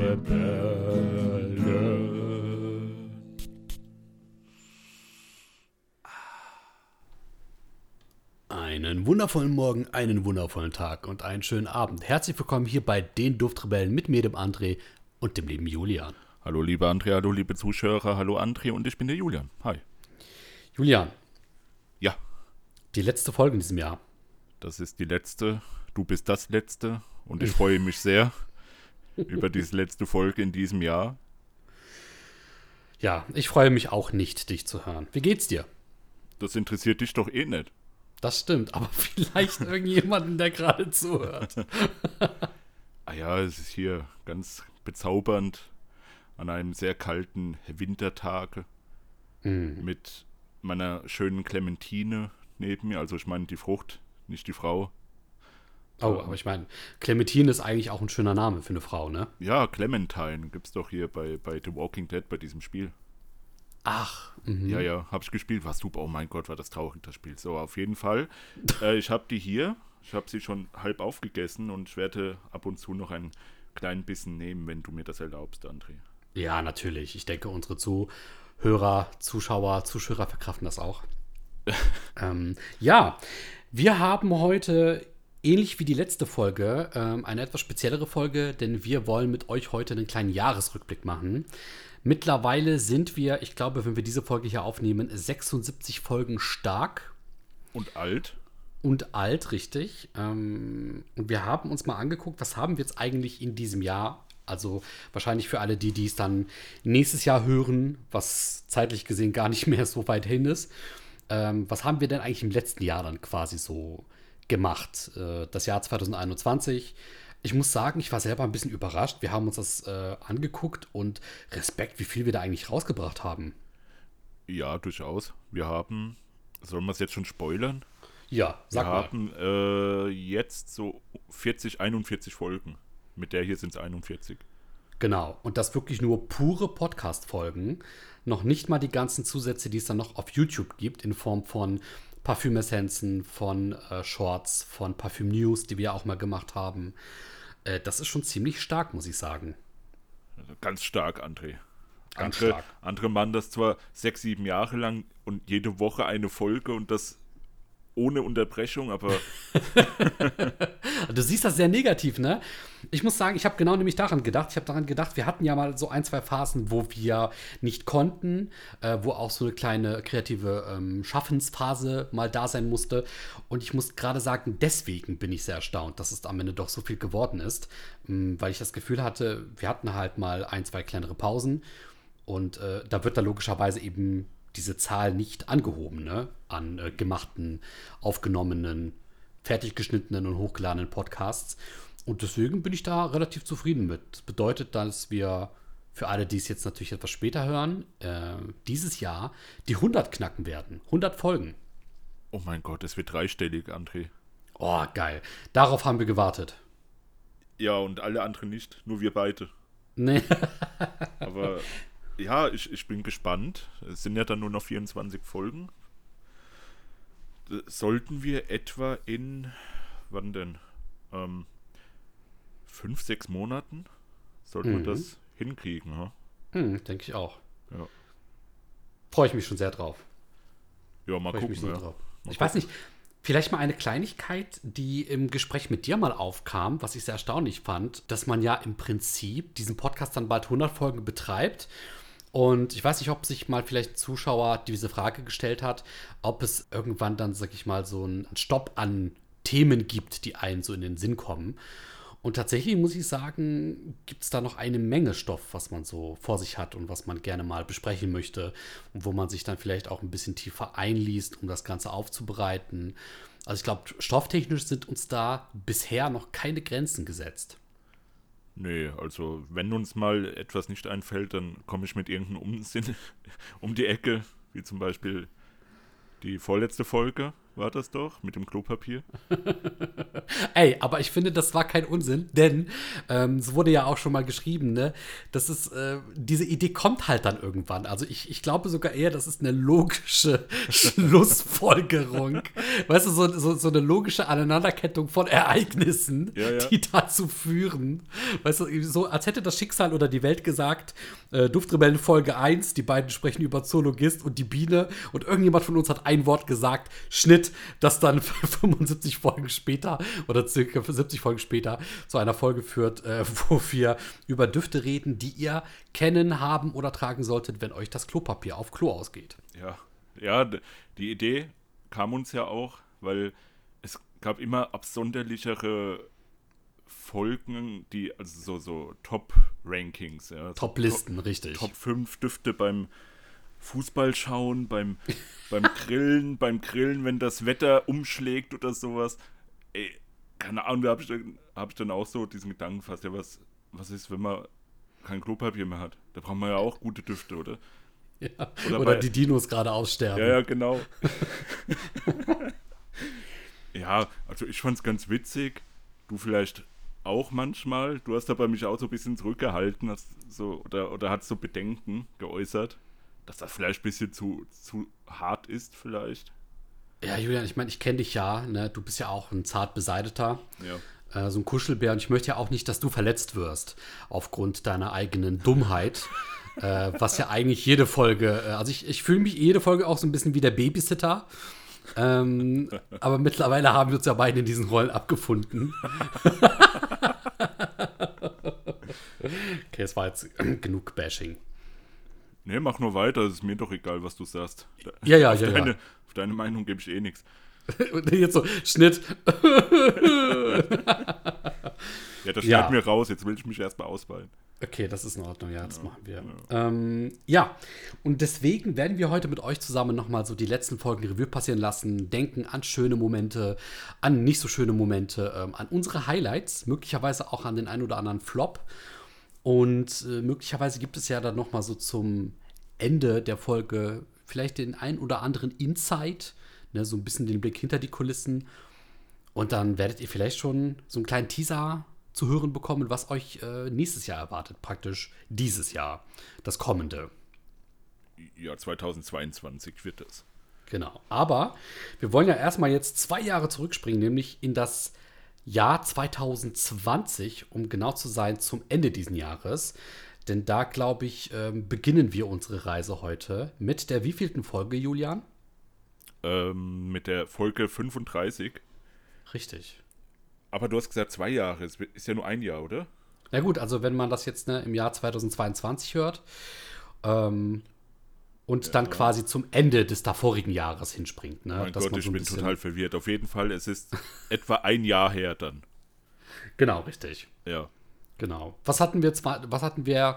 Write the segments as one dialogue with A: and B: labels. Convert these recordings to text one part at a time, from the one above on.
A: Rebellen. Einen wundervollen Morgen, einen wundervollen Tag und einen schönen Abend. Herzlich willkommen hier bei den Duftrebellen mit mir, dem André und dem lieben Julian.
B: Hallo lieber André, hallo liebe Zuschauer, hallo André und ich bin der Julian. Hi.
A: Julian.
B: Ja.
A: Die letzte Folge in diesem Jahr.
B: Das ist die letzte, du bist das Letzte und ich freue mich sehr über diese letzte Folge in diesem Jahr.
A: Ja, ich freue mich auch nicht, dich zu hören. Wie geht's dir?
B: Das interessiert dich doch eh nicht.
A: Das stimmt, aber vielleicht irgendjemanden, der gerade zuhört.
B: Ja, es ist hier ganz bezaubernd an einem sehr kalten Wintertag mit meiner schönen Clementine neben mir. Also ich meine die Frucht, nicht die Frau.
A: Oh, aber ich meine, Clementine ist eigentlich auch ein schöner Name für eine Frau, ne?
B: Ja, Clementine gibt's doch hier bei The Walking Dead, bei diesem Spiel.
A: Ach,
B: Ja, hab ich gespielt, war super, oh mein Gott, war das traurig, das Spiel. So, auf jeden Fall, ich habe die hier, ich habe sie schon halb aufgegessen und ich werde ab und zu noch ein klein bisschen nehmen, wenn du mir das erlaubst, André.
A: Ja, natürlich. Ich denke, unsere Zuhörer, Zuschauer verkraften das auch. Ja, wir haben heute, ähnlich wie die letzte Folge, eine etwas speziellere Folge, denn wir wollen mit euch heute einen kleinen Jahresrückblick machen. Mittlerweile sind wir, ich glaube, wenn wir diese Folge hier aufnehmen, 76 Folgen stark.
B: Und alt?
A: Und alt, richtig. Und wir haben uns mal angeguckt, was haben wir jetzt eigentlich in diesem Jahr, also wahrscheinlich für alle die es dann nächstes Jahr hören, was zeitlich gesehen gar nicht mehr so weit hin ist. Was haben wir denn eigentlich im letzten Jahr dann quasi so gemacht? Das Jahr 2021. Ich muss sagen, ich war selber ein bisschen überrascht. Wir haben uns das angeguckt und Respekt, wie viel wir da eigentlich rausgebracht haben.
B: Ja, durchaus. Wir haben, sollen wir es jetzt schon spoilern?
A: Ja, sag mal.
B: Wir haben jetzt so 41 Folgen. Mit der hier sind es 41.
A: Genau. Und das wirklich nur pure Podcast-Folgen. Noch nicht mal die ganzen Zusätze, die es dann noch auf YouTube gibt, in Form von Parfümessenzen, von Shorts, von Parfüm-News, die wir auch mal gemacht haben. Das ist schon ziemlich stark, muss ich sagen.
B: Also ganz stark, André.
A: Ganz stark.
B: Andere machen das zwar 6, 7 Jahre lang und jede Woche eine Folge und das ohne Unterbrechung, aber
A: Du siehst das sehr negativ, ne? Ich muss sagen, ich habe genau nämlich daran gedacht. Ich habe daran gedacht, wir hatten ja mal so 1, 2 Phasen, wo wir nicht konnten, wo auch so eine kleine kreative Schaffensphase mal da sein musste. Und ich muss gerade sagen, deswegen bin ich sehr erstaunt, dass es am Ende doch so viel geworden ist, weil ich das Gefühl hatte, wir hatten halt mal 1, 2 kleinere Pausen und da wird da logischerweise eben diese Zahl nicht angehoben, ne? An gemachten, aufgenommenen, fertig geschnittenen und hochgeladenen Podcasts. Und deswegen bin ich da relativ zufrieden mit. Das bedeutet, dass wir, für alle, die es jetzt natürlich etwas später hören, dieses Jahr die 100 knacken werden. 100 Folgen.
B: oh mein Gott, es wird dreistellig, André.
A: Oh, geil. Darauf haben wir gewartet.
B: Ja, und alle anderen nicht, nur wir beide.
A: Nee.
B: Aber ja, ich bin gespannt. Es sind ja dann nur noch 24 Folgen. Sollten wir etwa in, wann denn? 5, 6 Monaten? Sollten wir das hinkriegen, ha?
A: Denke ich auch.
B: Ja.
A: Freue ich mich schon sehr drauf.
B: Ja, mal
A: Freue ich
B: gucken.
A: mich sehr
B: Ja.
A: drauf.
B: Mal
A: Ich weiß
B: gucken.
A: nicht, vielleicht mal eine Kleinigkeit, die im Gespräch mit dir mal aufkam, was ich sehr erstaunlich fand, dass man ja im Prinzip diesen Podcast dann bald 100 Folgen betreibt. Und ich weiß nicht, ob sich mal vielleicht ein Zuschauer diese Frage gestellt hat, ob es irgendwann dann, sag ich mal, so einen Stopp an Themen gibt, die einen so in den Sinn kommen. Und tatsächlich muss ich sagen, gibt es da noch eine Menge Stoff, was man so vor sich hat und was man gerne mal besprechen möchte und wo man sich dann vielleicht auch ein bisschen tiefer einliest, um das Ganze aufzubereiten. Also ich glaube, stofftechnisch sind uns da bisher noch keine Grenzen gesetzt.
B: Nee, also wenn uns mal etwas nicht einfällt, dann komme ich mit irgendeinem Unsinn um die Ecke, wie zum Beispiel die vorletzte Folge. war das doch, mit dem Klopapier.
A: Ey, aber ich finde, das war kein Unsinn, denn es wurde ja auch schon mal geschrieben, ne, das ist, diese Idee kommt halt dann irgendwann. Also ich glaube sogar eher, das ist eine logische Schlussfolgerung. Weißt du, so eine logische Aneinanderkettung von Ereignissen, die dazu führen. Weißt du, so als hätte das Schicksal oder die Welt gesagt, Duftrebellen Folge 1, die beiden sprechen über Zoologist und die Biene und irgendjemand von uns hat ein Wort gesagt, Schnitt, das dann 75 Folgen später oder circa 70 Folgen später zu einer Folge führt, wo wir über Düfte reden, die ihr kennen, haben oder tragen solltet, wenn euch das Klopapier auf Klo ausgeht.
B: Ja, die Idee kam uns ja auch, weil es gab immer absonderlichere Folgen, die, also so Top-Rankings. Ja,
A: Top-Listen, richtig.
B: Top 5 Düfte beim Fußball schauen, beim Grillen, wenn das Wetter umschlägt oder sowas. Ey, keine Ahnung, da hab ich dann auch so diesen Gedanken fast, ja, was ist, wenn man kein Klopapier mehr hat? Da braucht man ja auch gute Düfte, oder?
A: Ja, oder die Dinos gerade aussterben.
B: Ja, genau. Ja, also ich fand's ganz witzig. Du vielleicht auch manchmal. Du hast aber mich auch so ein bisschen zurückgehalten, hast so, oder hast so Bedenken geäußert, dass das vielleicht ein bisschen zu hart ist vielleicht.
A: Ja, Julian, ich meine, ich kenne dich ja, ne? Du bist ja auch ein zart beseitigter,
B: ja.
A: So ein Kuschelbär. Und ich möchte ja auch nicht, dass du verletzt wirst aufgrund deiner eigenen Dummheit. Was ja eigentlich jede Folge, also ich fühle mich jede Folge auch so ein bisschen wie der Babysitter. Aber mittlerweile haben wir uns ja beide in diesen Rollen abgefunden. Okay, es war jetzt genug Bashing.
B: Nee, mach nur weiter, es ist mir doch egal, was du sagst.
A: Ja.
B: Auf deine Meinung gebe ich eh nichts.
A: Und jetzt so, Schnitt.
B: Ja, das schneid mir raus, jetzt will ich mich erstmal ausweinen.
A: Okay, das ist in Ordnung, ja, das machen wir. Ja, und deswegen werden wir heute mit euch zusammen nochmal so die letzten Folgen Revue passieren lassen, denken an schöne Momente, an nicht so schöne Momente, an unsere Highlights, möglicherweise auch an den ein oder anderen Flop. Und möglicherweise gibt es ja dann nochmal so zum Ende der Folge vielleicht den ein oder anderen Insight, ne, so ein bisschen den Blick hinter die Kulissen. Und dann werdet ihr vielleicht schon so einen kleinen Teaser zu hören bekommen, was euch nächstes Jahr erwartet, praktisch dieses Jahr, das kommende.
B: Ja, 2022 wird es.
A: Genau, aber wir wollen ja erstmal jetzt 2 Jahre zurückspringen, nämlich in das Jahr 2020, um genau zu sein, zum Ende dieses Jahres. Denn da, glaube ich, beginnen wir unsere Reise heute mit der wievielten Folge, Julian?
B: Mit der Folge 35.
A: Richtig.
B: Aber du hast gesagt 2 Jahre, es ist ja nur 1 Jahr, oder?
A: Na gut, also wenn man das jetzt im Jahr 2022 hört und dann quasi zum Ende des davorigen Jahres hinspringt. Ne?
B: Mein Gott, ich bin total verwirrt. Auf jeden Fall, es ist etwa 1 Jahr her dann.
A: Genau, richtig.
B: Ja.
A: Genau. Was hatten wir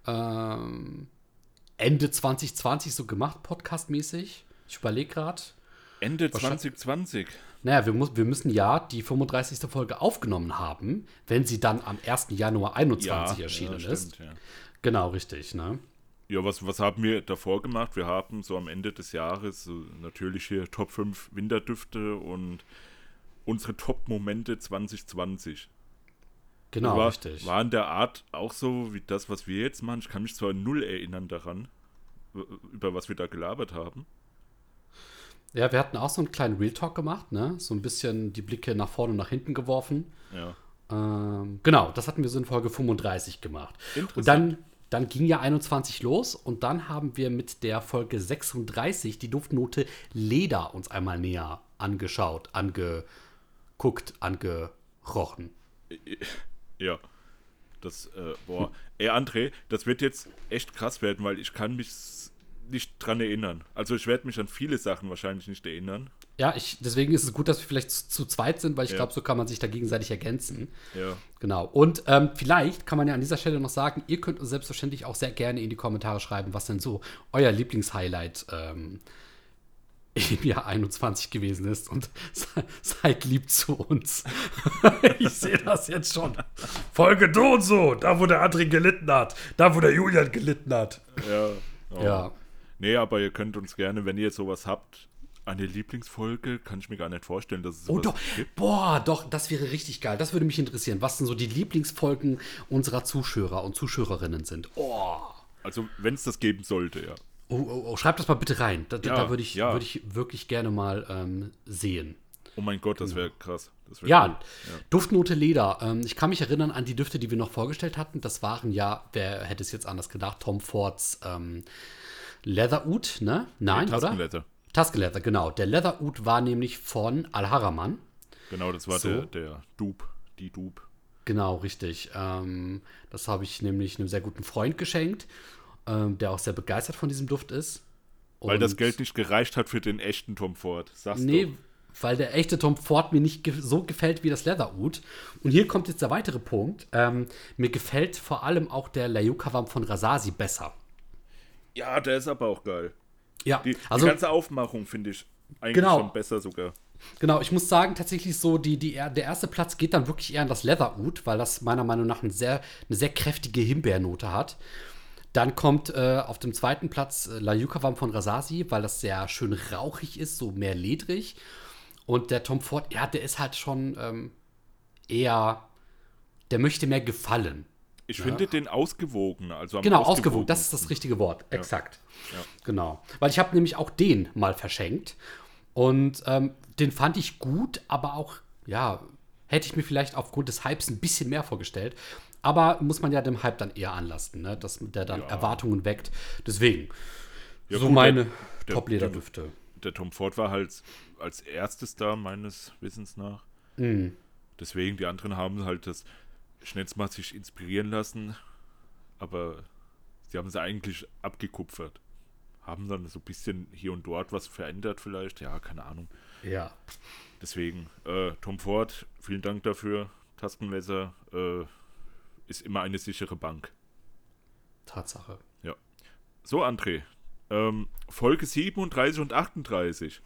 A: Ende 2020 so gemacht, podcastmäßig? Ich überlege gerade.
B: Ende 2020?
A: Naja, wir müssen ja die 35. Folge aufgenommen haben, wenn sie dann am 1. Januar 21 erschienen ist.
B: Stimmt, ja.
A: Genau, richtig, ne?
B: Ja, was haben wir davor gemacht? Wir haben so am Ende des Jahres natürlich hier Top 5 Winterdüfte und unsere Top-Momente 2020.
A: Genau, richtig.
B: War in der Art auch so wie das, was wir jetzt machen. Ich kann mich zwar null erinnern daran, über was wir da gelabert haben.
A: Ja, wir hatten auch so einen kleinen Real Talk gemacht, ne? So ein bisschen die Blicke nach vorne und nach hinten geworfen.
B: Ja.
A: Genau, das hatten wir so in Folge 35 gemacht.
B: Interessant.
A: Und dann ging ja 21 los und dann haben wir mit der Folge 36 die Duftnote Leder uns einmal näher angeschaut, angeguckt, angerochen.
B: Ja. Ey André, das wird jetzt echt krass werden, weil ich kann mich nicht dran erinnern. Also ich werde mich an viele Sachen wahrscheinlich nicht erinnern.
A: Ja, deswegen ist es gut, dass wir vielleicht zu zweit sind, weil ich glaube, so kann man sich da gegenseitig ergänzen.
B: Ja.
A: Genau. Und vielleicht kann man ja an dieser Stelle noch sagen, ihr könnt uns selbstverständlich auch sehr gerne in die Kommentare schreiben, was denn so euer Lieblingshighlight im Jahr 21 gewesen ist. Und seid lieb zu uns. Ich sehe das jetzt schon. Folge so und so, da wo der André gelitten hat, da wo der Julian gelitten hat.
B: Ja.
A: Ja.
B: Nee, aber ihr könnt uns gerne, wenn ihr sowas habt, Eine Lieblingsfolge kann ich mir gar nicht vorstellen, dass es
A: Oh
B: sowas
A: doch,
B: gibt.
A: boah, doch, das wäre richtig geil. Das würde mich interessieren, was denn so die Lieblingsfolgen unserer Zuschauer und Zuschauerinnen sind. Oh.
B: Also, wenn es das geben sollte, ja.
A: Oh, schreib das mal bitte rein. Da
B: Ja,
A: würde ich,
B: ja.
A: würd ich wirklich gerne mal sehen.
B: Oh mein Gott, das wäre krass. Das wär
A: Ja,
B: cool.
A: Duftnote Leder. Ich kann mich erinnern an die Düfte, die wir noch vorgestellt hatten. Das waren ja, wer hätte es jetzt anders gedacht, Tom Fords Leather Oud, ne? Nein, oder?
B: Taskenleather.
A: Tuscan-Leather, genau. Der Leather Oud war nämlich von Al-Haraman.
B: Genau, das war
A: So.
B: der Dupe, die Dupe.
A: Genau, richtig. Das habe ich nämlich einem sehr guten Freund geschenkt, der auch sehr begeistert von diesem Duft ist.
B: Weil das
A: Und-
B: Geld nicht gereicht hat für den echten Tom Ford. Sagst
A: Nee,
B: du.
A: weil der echte Tom Ford mir nicht so gefällt wie das Leather Oud. Und hier kommt jetzt der weitere Punkt. Mir gefällt vor allem auch der Layukavam von Rasasi besser.
B: Ja, der ist aber auch geil.
A: Ja,
B: Die
A: also
B: ganze Aufmachung finde ich eigentlich
A: Genau.
B: schon besser sogar.
A: genau, ich muss sagen, tatsächlich so, der erste Platz geht dann wirklich eher an das Leather Oud, weil das meiner Meinung nach eine sehr kräftige Himbeernote hat. Dann kommt auf dem zweiten Platz Layukavam von Rasasi, weil das sehr schön rauchig ist, so mehr ledrig. Und der Tom Ford, ja, der ist halt schon eher, der möchte mehr gefallen.
B: Ich finde den ausgewogen. Also am
A: Genau, ausgewogen, das ist das richtige Wort, exakt.
B: Ja.
A: Genau, weil ich habe nämlich auch den mal verschenkt und den fand ich gut, aber auch, ja, hätte ich mir vielleicht aufgrund des Hypes ein bisschen mehr vorgestellt. Aber muss man ja dem Hype dann eher anlasten, ne? Dass der dann
B: Ja.
A: Erwartungen weckt. Deswegen,
B: Ja,
A: so
B: gut,
A: meine
B: der-
A: Top-Lederdüfte.
B: Der Tom Ford war halt als erstes da, meines Wissens nach.
A: Mhm.
B: Deswegen, die anderen haben halt das schnellst mal sich inspirieren lassen, aber sie haben es eigentlich abgekupfert. Haben dann so ein bisschen hier und dort was verändert vielleicht, ja, keine Ahnung.
A: Ja,
B: Deswegen, Tom Ford, vielen Dank dafür. Taskenleather ist immer eine sichere Bank.
A: Tatsache.
B: Ja. So, André, Folge 37 und 38.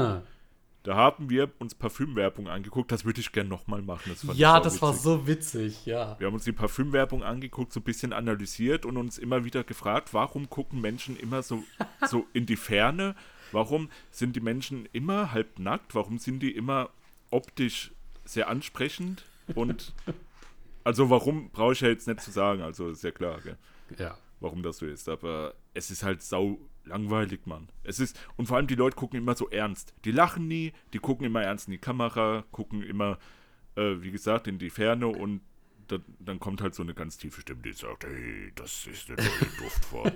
B: Da haben wir uns Parfümwerbung angeguckt. Das würde ich gerne nochmal machen. Das fand ich
A: Ja,
B: sau
A: das war
B: witzig.
A: so witzig, ja.
B: Wir haben uns die Parfümwerbung angeguckt, so ein bisschen analysiert und uns immer wieder gefragt, warum gucken Menschen immer so in die Ferne? Warum sind die Menschen immer halbnackt? Warum sind die immer optisch sehr ansprechend? Und also warum, brauche ich ja jetzt nicht zu sagen, also ist ja klar, gell,
A: Ja.
B: warum das so ist. Aber es ist halt sau langweilig, Mann. Es ist, und vor allem die Leute gucken immer so ernst. Die lachen nie, die gucken immer ernst in die Kamera, gucken immer, wie gesagt, in die Ferne und dann kommt halt so eine ganz tiefe Stimme, die sagt, hey, das ist der neue Duft von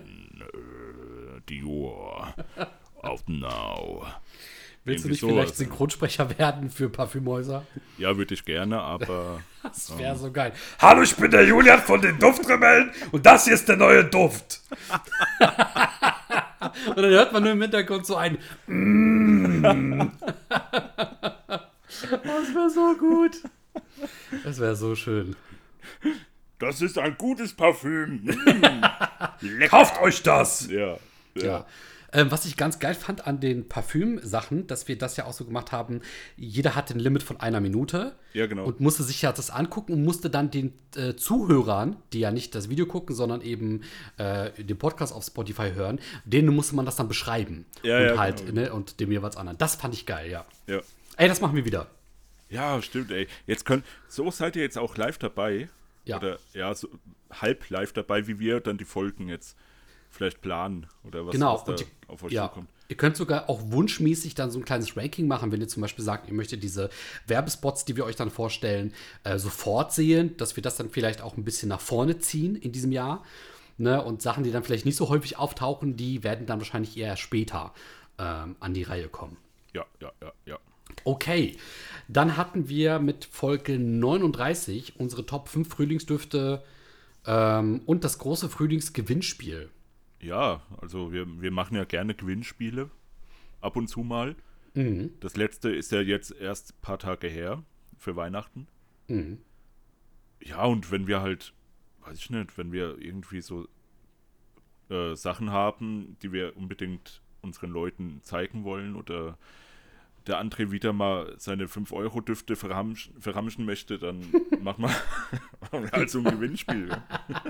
B: Dior. Out now.
A: Willst du
B: Irgendwie
A: nicht
B: sowas.
A: vielleicht Synchronsprecher werden für Parfümhäuser?
B: Ja, würde ich gerne, aber
A: Das wäre so geil. Hallo, ich bin der Julian von den Duftrebellen und das hier ist der neue Duft. Und dann hört man nur im Hintergrund so ein Das wäre so gut. Das wäre so schön.
B: das ist ein gutes Parfüm.
A: Kauft euch das!
B: Ja.
A: Ja. Was ich ganz geil fand an den Parfüm-Sachen, dass wir das ja auch so gemacht haben, jeder hat ein Limit von 1 Minute.
B: Ja, genau.
A: Und musste sich ja das angucken und musste dann den Zuhörern, die ja nicht das Video gucken, sondern eben den Podcast auf Spotify hören, denen musste man das dann beschreiben.
B: Ja,
A: und
B: ja,
A: halt,
B: genau.
A: ne, und dem jeweils anderen. Das fand ich geil, ja.
B: Ja.
A: Ey, das machen wir wieder.
B: Ja, stimmt, ey. So seid ihr jetzt auch live dabei.
A: Ja.
B: Oder ja, so halb live dabei, wie wir dann die Folgen jetzt vielleicht planen oder was,
A: Genau.
B: was da
A: Und
B: auf euch
A: ja,
B: zukommt.
A: ihr könnt sogar auch wunschmäßig dann so ein kleines Ranking machen, wenn ihr zum Beispiel sagt, ihr möchtet diese Werbespots, die wir euch dann vorstellen, sofort sehen, dass wir das dann vielleicht auch ein bisschen nach vorne ziehen in diesem Jahr. Ne? Und Sachen, die dann vielleicht nicht so häufig auftauchen, die werden dann wahrscheinlich eher später an die Reihe kommen.
B: Ja.
A: Okay, dann hatten wir mit Folge 39 unsere Top 5 Frühlingsdüfte und das große Frühlingsgewinnspiel.
B: Ja, also wir machen ja gerne Gewinnspiele. Ab und zu mal.
A: Mhm.
B: Das letzte ist ja jetzt erst ein paar Tage her. Für Weihnachten.
A: Mhm.
B: Ja, und wenn wir halt, weiß ich nicht, wenn wir irgendwie so Sachen haben, die wir unbedingt unseren Leuten zeigen wollen oder der André wieder mal seine 5-Euro-Düfte verramschen möchte, dann machen wir halt so ein Gewinnspiel.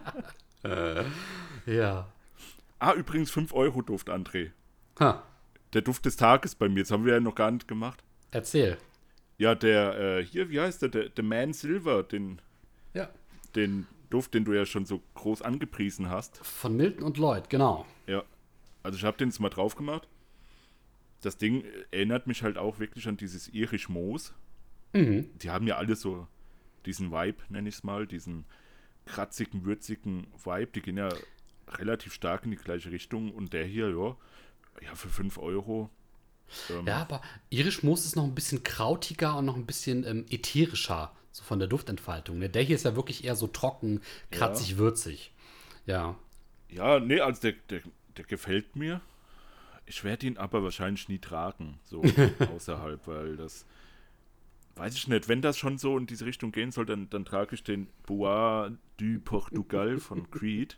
A: Ja.
B: Ah, übrigens 5-Euro-Duft, André.
A: Ha.
B: der Duft des Tages bei mir. Das haben wir ja noch gar nicht gemacht.
A: Erzähl.
B: Ja, der, wie heißt der? Der Man Silver,
A: Ja.
B: den Duft, den du ja schon so groß angepriesen hast.
A: Von Milton und Lloyd, genau.
B: Ja, also ich habe den jetzt mal drauf gemacht. Das Ding erinnert mich halt auch wirklich an dieses Irisch Moos. Die haben ja alle so diesen Vibe, nenne ich es mal, diesen kratzigen, würzigen Vibe. Die gehen ja relativ stark in die gleiche Richtung. Und der hier, ja für 5 Euro.
A: Ja, aber Irisch Moos ist noch ein bisschen krautiger und noch ein bisschen ätherischer, so von der Duftentfaltung. Ne? Der hier ist ja wirklich eher so trocken, kratzig, würzig. Ja.
B: Ja, nee, also der gefällt mir. Ich werde ihn aber wahrscheinlich nie tragen, so außerhalb, weil das, weiß ich nicht, wenn das schon so in diese Richtung gehen soll, dann trage ich den Bois du Portugal von Creed.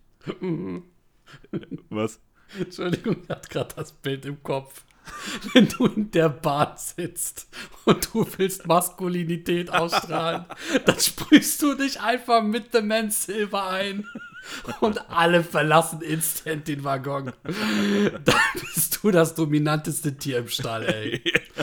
B: Was?
A: Entschuldigung, ich hatte gerade das Bild im Kopf. Wenn du in der Bahn sitzt und du willst Maskulinität ausstrahlen, dann sprühst du dich einfach mit The Man Silver ein und alle verlassen instant den Waggon. Dann bist du das dominanteste Tier im Stall, ey.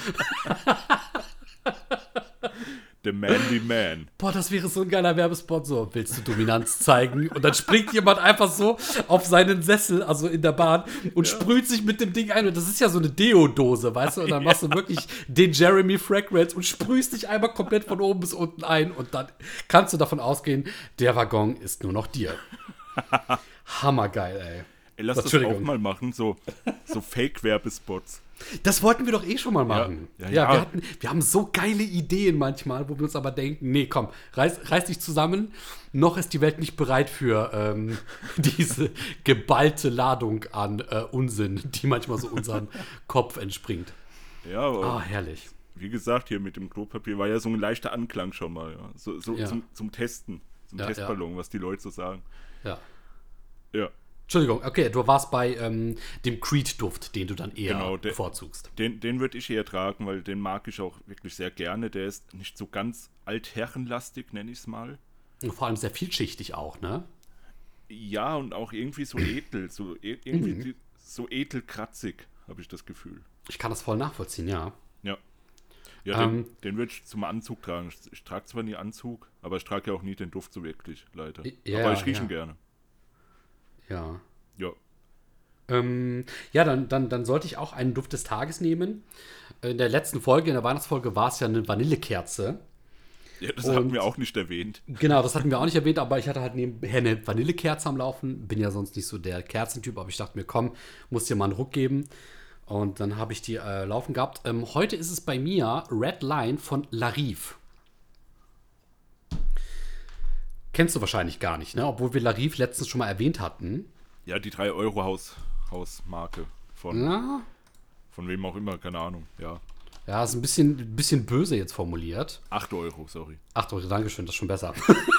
B: The Manly Man.
A: Boah, das wäre so ein geiler Werbespot. So, willst du Dominanz zeigen? Und dann springt jemand einfach so auf seinen Sessel, also in der Bahn, und sprüht sich mit dem Ding ein. Und das ist ja so eine Deo-Dose, weißt du? Und dann machst du wirklich den Jeremy Fragrance und sprühst dich einmal komplett von oben bis unten ein. Und dann kannst du davon ausgehen, der Waggon ist nur noch dir. Hammergeil, ey.
B: Ey, lass das auch mal machen, so Fake-Werbespots.
A: Das wollten wir doch eh schon mal machen.
B: Ja.
A: Wir haben so geile Ideen manchmal, wo wir uns aber denken, nee, komm, reiß dich zusammen. Noch ist die Welt nicht bereit für diese geballte Ladung an Unsinn, die manchmal so unserem Kopf entspringt.
B: Ja, aber
A: herrlich.
B: Wie gesagt, hier mit dem Klopapier war ja so ein leichter Anklang schon mal. Ja. So
A: Ja.
B: Zum Testen, zum Testballon, was die Leute so sagen.
A: Ja.
B: Ja.
A: Entschuldigung, okay, du warst bei dem Creed-Duft, den du dann eher bevorzugst.
B: Den würde ich eher tragen, weil den mag ich auch wirklich sehr gerne. Der ist nicht so ganz altherrenlastig, nenne ich es mal.
A: Und vor allem sehr vielschichtig auch, ne?
B: Ja, und auch irgendwie so edel, irgendwie so edelkratzig, habe ich das Gefühl.
A: Ich kann das voll nachvollziehen, ja.
B: Ja, den würde ich zum Anzug tragen. Ich trage zwar nie Anzug, aber ich trage ja auch nie den Duft so wirklich, leider.
A: Ja,
B: aber ich rieche ihn gerne.
A: Ja.
B: Ja.
A: Dann sollte ich auch einen Duft des Tages nehmen. In der letzten Folge, in der Weihnachtsfolge, war es ja eine Vanillekerze.
B: Ja, das hatten wir auch nicht erwähnt.
A: Genau, das hatten wir auch nicht erwähnt, aber ich hatte halt nebenher eine Vanillekerze am Laufen. Bin ja sonst nicht so der Kerzentyp, aber ich dachte mir, komm, muss dir mal einen Ruck geben. Und dann habe ich die laufen gehabt. Heute ist es bei mir Red Line von Larive. Kennst du wahrscheinlich gar nicht, ne? Obwohl wir Larive letztens schon mal erwähnt hatten.
B: Ja, die 3-Euro-Hausmarke von wem auch immer, keine Ahnung, ja.
A: Ja, ist ein bisschen böse jetzt formuliert.
B: 8 Euro, sorry.
A: 8 Euro, Dankeschön, das ist schon besser.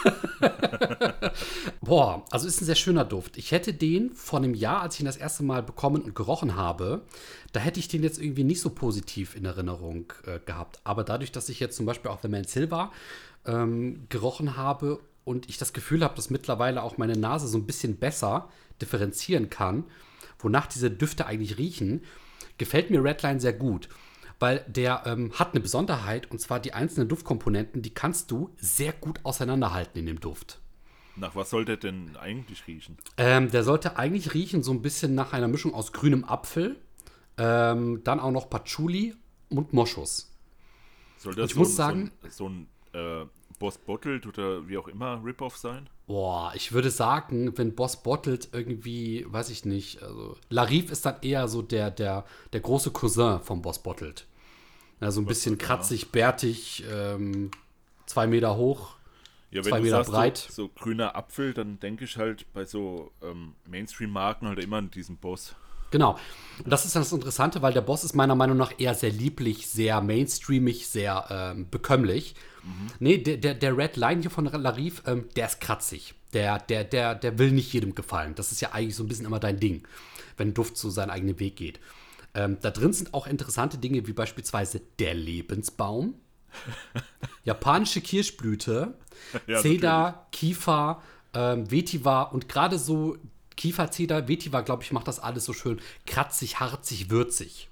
A: Boah, also ist ein sehr schöner Duft. Ich hätte den vor einem Jahr, als ich ihn das erste Mal bekommen und gerochen habe, da hätte ich den jetzt irgendwie nicht so positiv in Erinnerung gehabt. Aber dadurch, dass ich jetzt zum Beispiel auch The Man Silver gerochen habe und ich das Gefühl habe, dass mittlerweile auch meine Nase so ein bisschen besser differenzieren kann, wonach diese Düfte eigentlich riechen, gefällt mir Redline sehr gut. Weil der hat eine Besonderheit, und zwar die einzelnen Duftkomponenten, die kannst du sehr gut auseinanderhalten in dem Duft.
B: Nach was soll der denn eigentlich riechen?
A: Der sollte eigentlich riechen so ein bisschen nach einer Mischung aus grünem Apfel, dann auch noch Patchouli und Moschus.
B: Soll das so ein Boss Bottled oder wie auch immer Rip-Off sein?
A: Boah, ich würde sagen, wenn Boss Bottled irgendwie, weiß ich nicht, also Larive ist dann eher so der große Cousin vom Boss Bottled. Also ein bisschen kratzig, bärtig, 2 Meter hoch,
B: ja,
A: 2 Meter breit.
B: So grüner Apfel, dann denke ich halt bei so Mainstream-Marken halt immer an diesen Boss.
A: Genau. Und das ist das Interessante, weil der Boss ist meiner Meinung nach eher sehr lieblich, sehr mainstreamig, sehr bekömmlich. Nee, der Red Line hier von Larive, der ist kratzig. Der will nicht jedem gefallen. Das ist ja eigentlich so ein bisschen immer dein Ding, wenn Duft so seinen eigenen Weg geht. Da drin sind auch interessante Dinge, wie beispielsweise der Lebensbaum, japanische Kirschblüte,
B: Ja,
A: Cedar, Kiefer, Vetiver und gerade so Kiefer, Cedar, Vetiver, glaube ich, macht das alles so schön kratzig, harzig, würzig.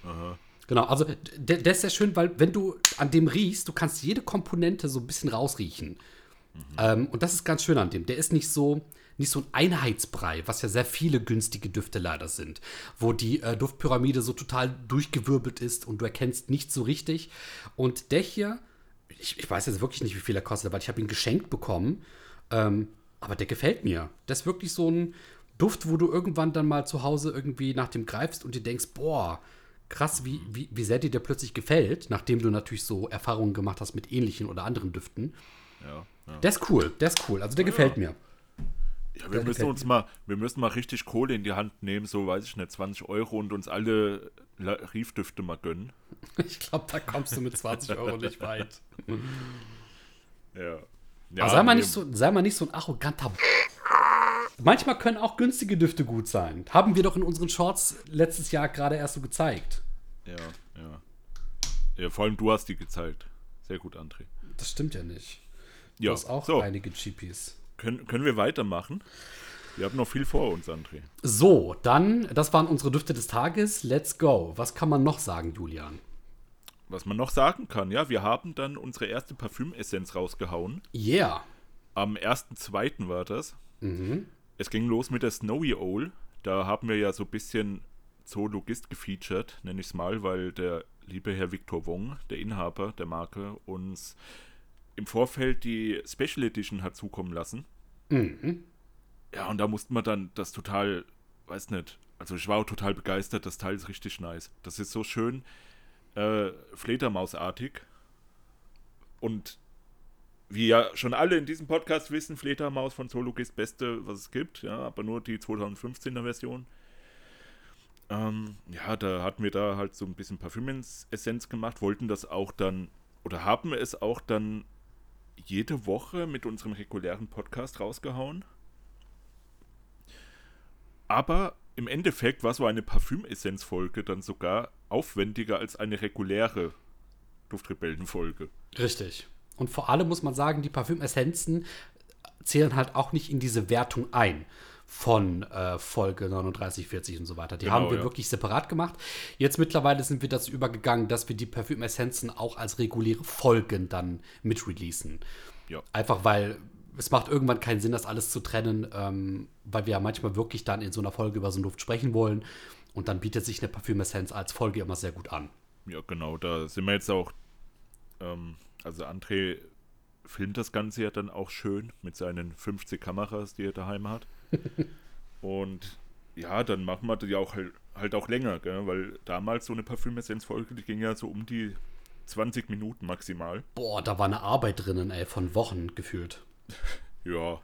B: Aha.
A: Genau, also der ist sehr schön, weil wenn du an dem riechst, du kannst jede Komponente so ein bisschen rausriechen. Und das ist ganz schön an dem. Der ist nicht so ein Einheitsbrei, was ja sehr viele günstige Düfte leider sind, wo die Duftpyramide so total durchgewirbelt ist und du erkennst nichts so richtig. Und der hier, ich weiß jetzt wirklich nicht, wie viel er kostet, weil ich habe ihn geschenkt bekommen. Aber der gefällt mir. Das ist wirklich so ein Duft, wo du irgendwann dann mal zu Hause irgendwie nach dem greifst und dir denkst, boah, krass, wie sehr dir der plötzlich gefällt, nachdem du natürlich so Erfahrungen gemacht hast mit ähnlichen oder anderen Düften.
B: Ja, ja.
A: Der ist cool, also der gefällt mir.
B: Ja, wir müssen mal richtig Kohle in die Hand nehmen, so weiß ich nicht, 20 Euro und uns alle Riefdüfte mal gönnen.
A: Ich glaube, da kommst du mit 20 Euro nicht weit.
B: Ja.
A: Aber sei mal nicht so ein arroganter. Manchmal können auch günstige Düfte gut sein. Haben wir doch in unseren Shorts letztes Jahr gerade erst so gezeigt.
B: Ja, ja. Ja, vor allem du hast die gezeigt. Sehr gut, André.
A: Das stimmt ja nicht. Du
B: Ja,
A: hast auch
B: so.
A: einige GPs.
B: Können wir weitermachen? Wir haben noch viel vor uns, André.
A: So, dann, das waren unsere Düfte des Tages. Let's go. Was kann man noch sagen, Julian?
B: Was man noch sagen kann, ja, wir haben dann unsere erste Parfümessenz rausgehauen.
A: Yeah.
B: Am 1.2. war das.
A: Mhm.
B: Es ging los mit der Snowy Owl. Da haben wir ja so ein bisschen Zoologist gefeatured, nenne ich es mal, weil der liebe Herr Victor Wong, der Inhaber der Marke, uns im Vorfeld die Special Edition hat zukommen lassen.
A: Mhm.
B: Ja, und da mussten wir dann das total, weiß nicht, also ich war auch total begeistert, das Teil ist richtig nice. Das ist so schön Fledermausartig. Und wie ja schon alle in diesem Podcast wissen, Fledermaus von Zoologist beste, was es gibt, ja, aber nur die 2015er Version. Ja, da hatten wir da halt so ein bisschen Parfümessenz gemacht, wollten das auch dann, oder haben es auch dann jede Woche mit unserem regulären Podcast rausgehauen. Aber im Endeffekt war so eine Parfümessenz-Folge dann sogar aufwendiger als eine reguläre Duftrebellen-Folge.
A: Richtig. Und vor allem muss man sagen, die Parfümessenzen zählen halt auch nicht in diese Wertung ein von Folge 39, 40 und so weiter. Die
B: Genau,
A: haben wir
B: ja.
A: wirklich separat gemacht. Jetzt mittlerweile sind wir dazu übergegangen, dass wir die Parfümessenzen auch als reguläre Folgen dann mit releasen.
B: Ja.
A: Einfach weil es macht irgendwann keinen Sinn, das alles zu trennen, weil wir ja manchmal wirklich dann in so einer Folge über so einen Duft sprechen wollen. Und dann bietet sich eine Parfümessenz als Folge immer sehr gut an.
B: Ja, genau, da sind wir jetzt auch, also André filmt das Ganze ja dann auch schön mit seinen 50 Kameras, die er daheim hat. Und ja, dann machen wir das ja auch halt auch länger, gell? Weil damals so eine Parfümessenz-Folge, die ging ja so um die 20 Minuten maximal.
A: Boah, da war eine Arbeit drinnen, ey, von Wochen gefühlt.
B: Ja.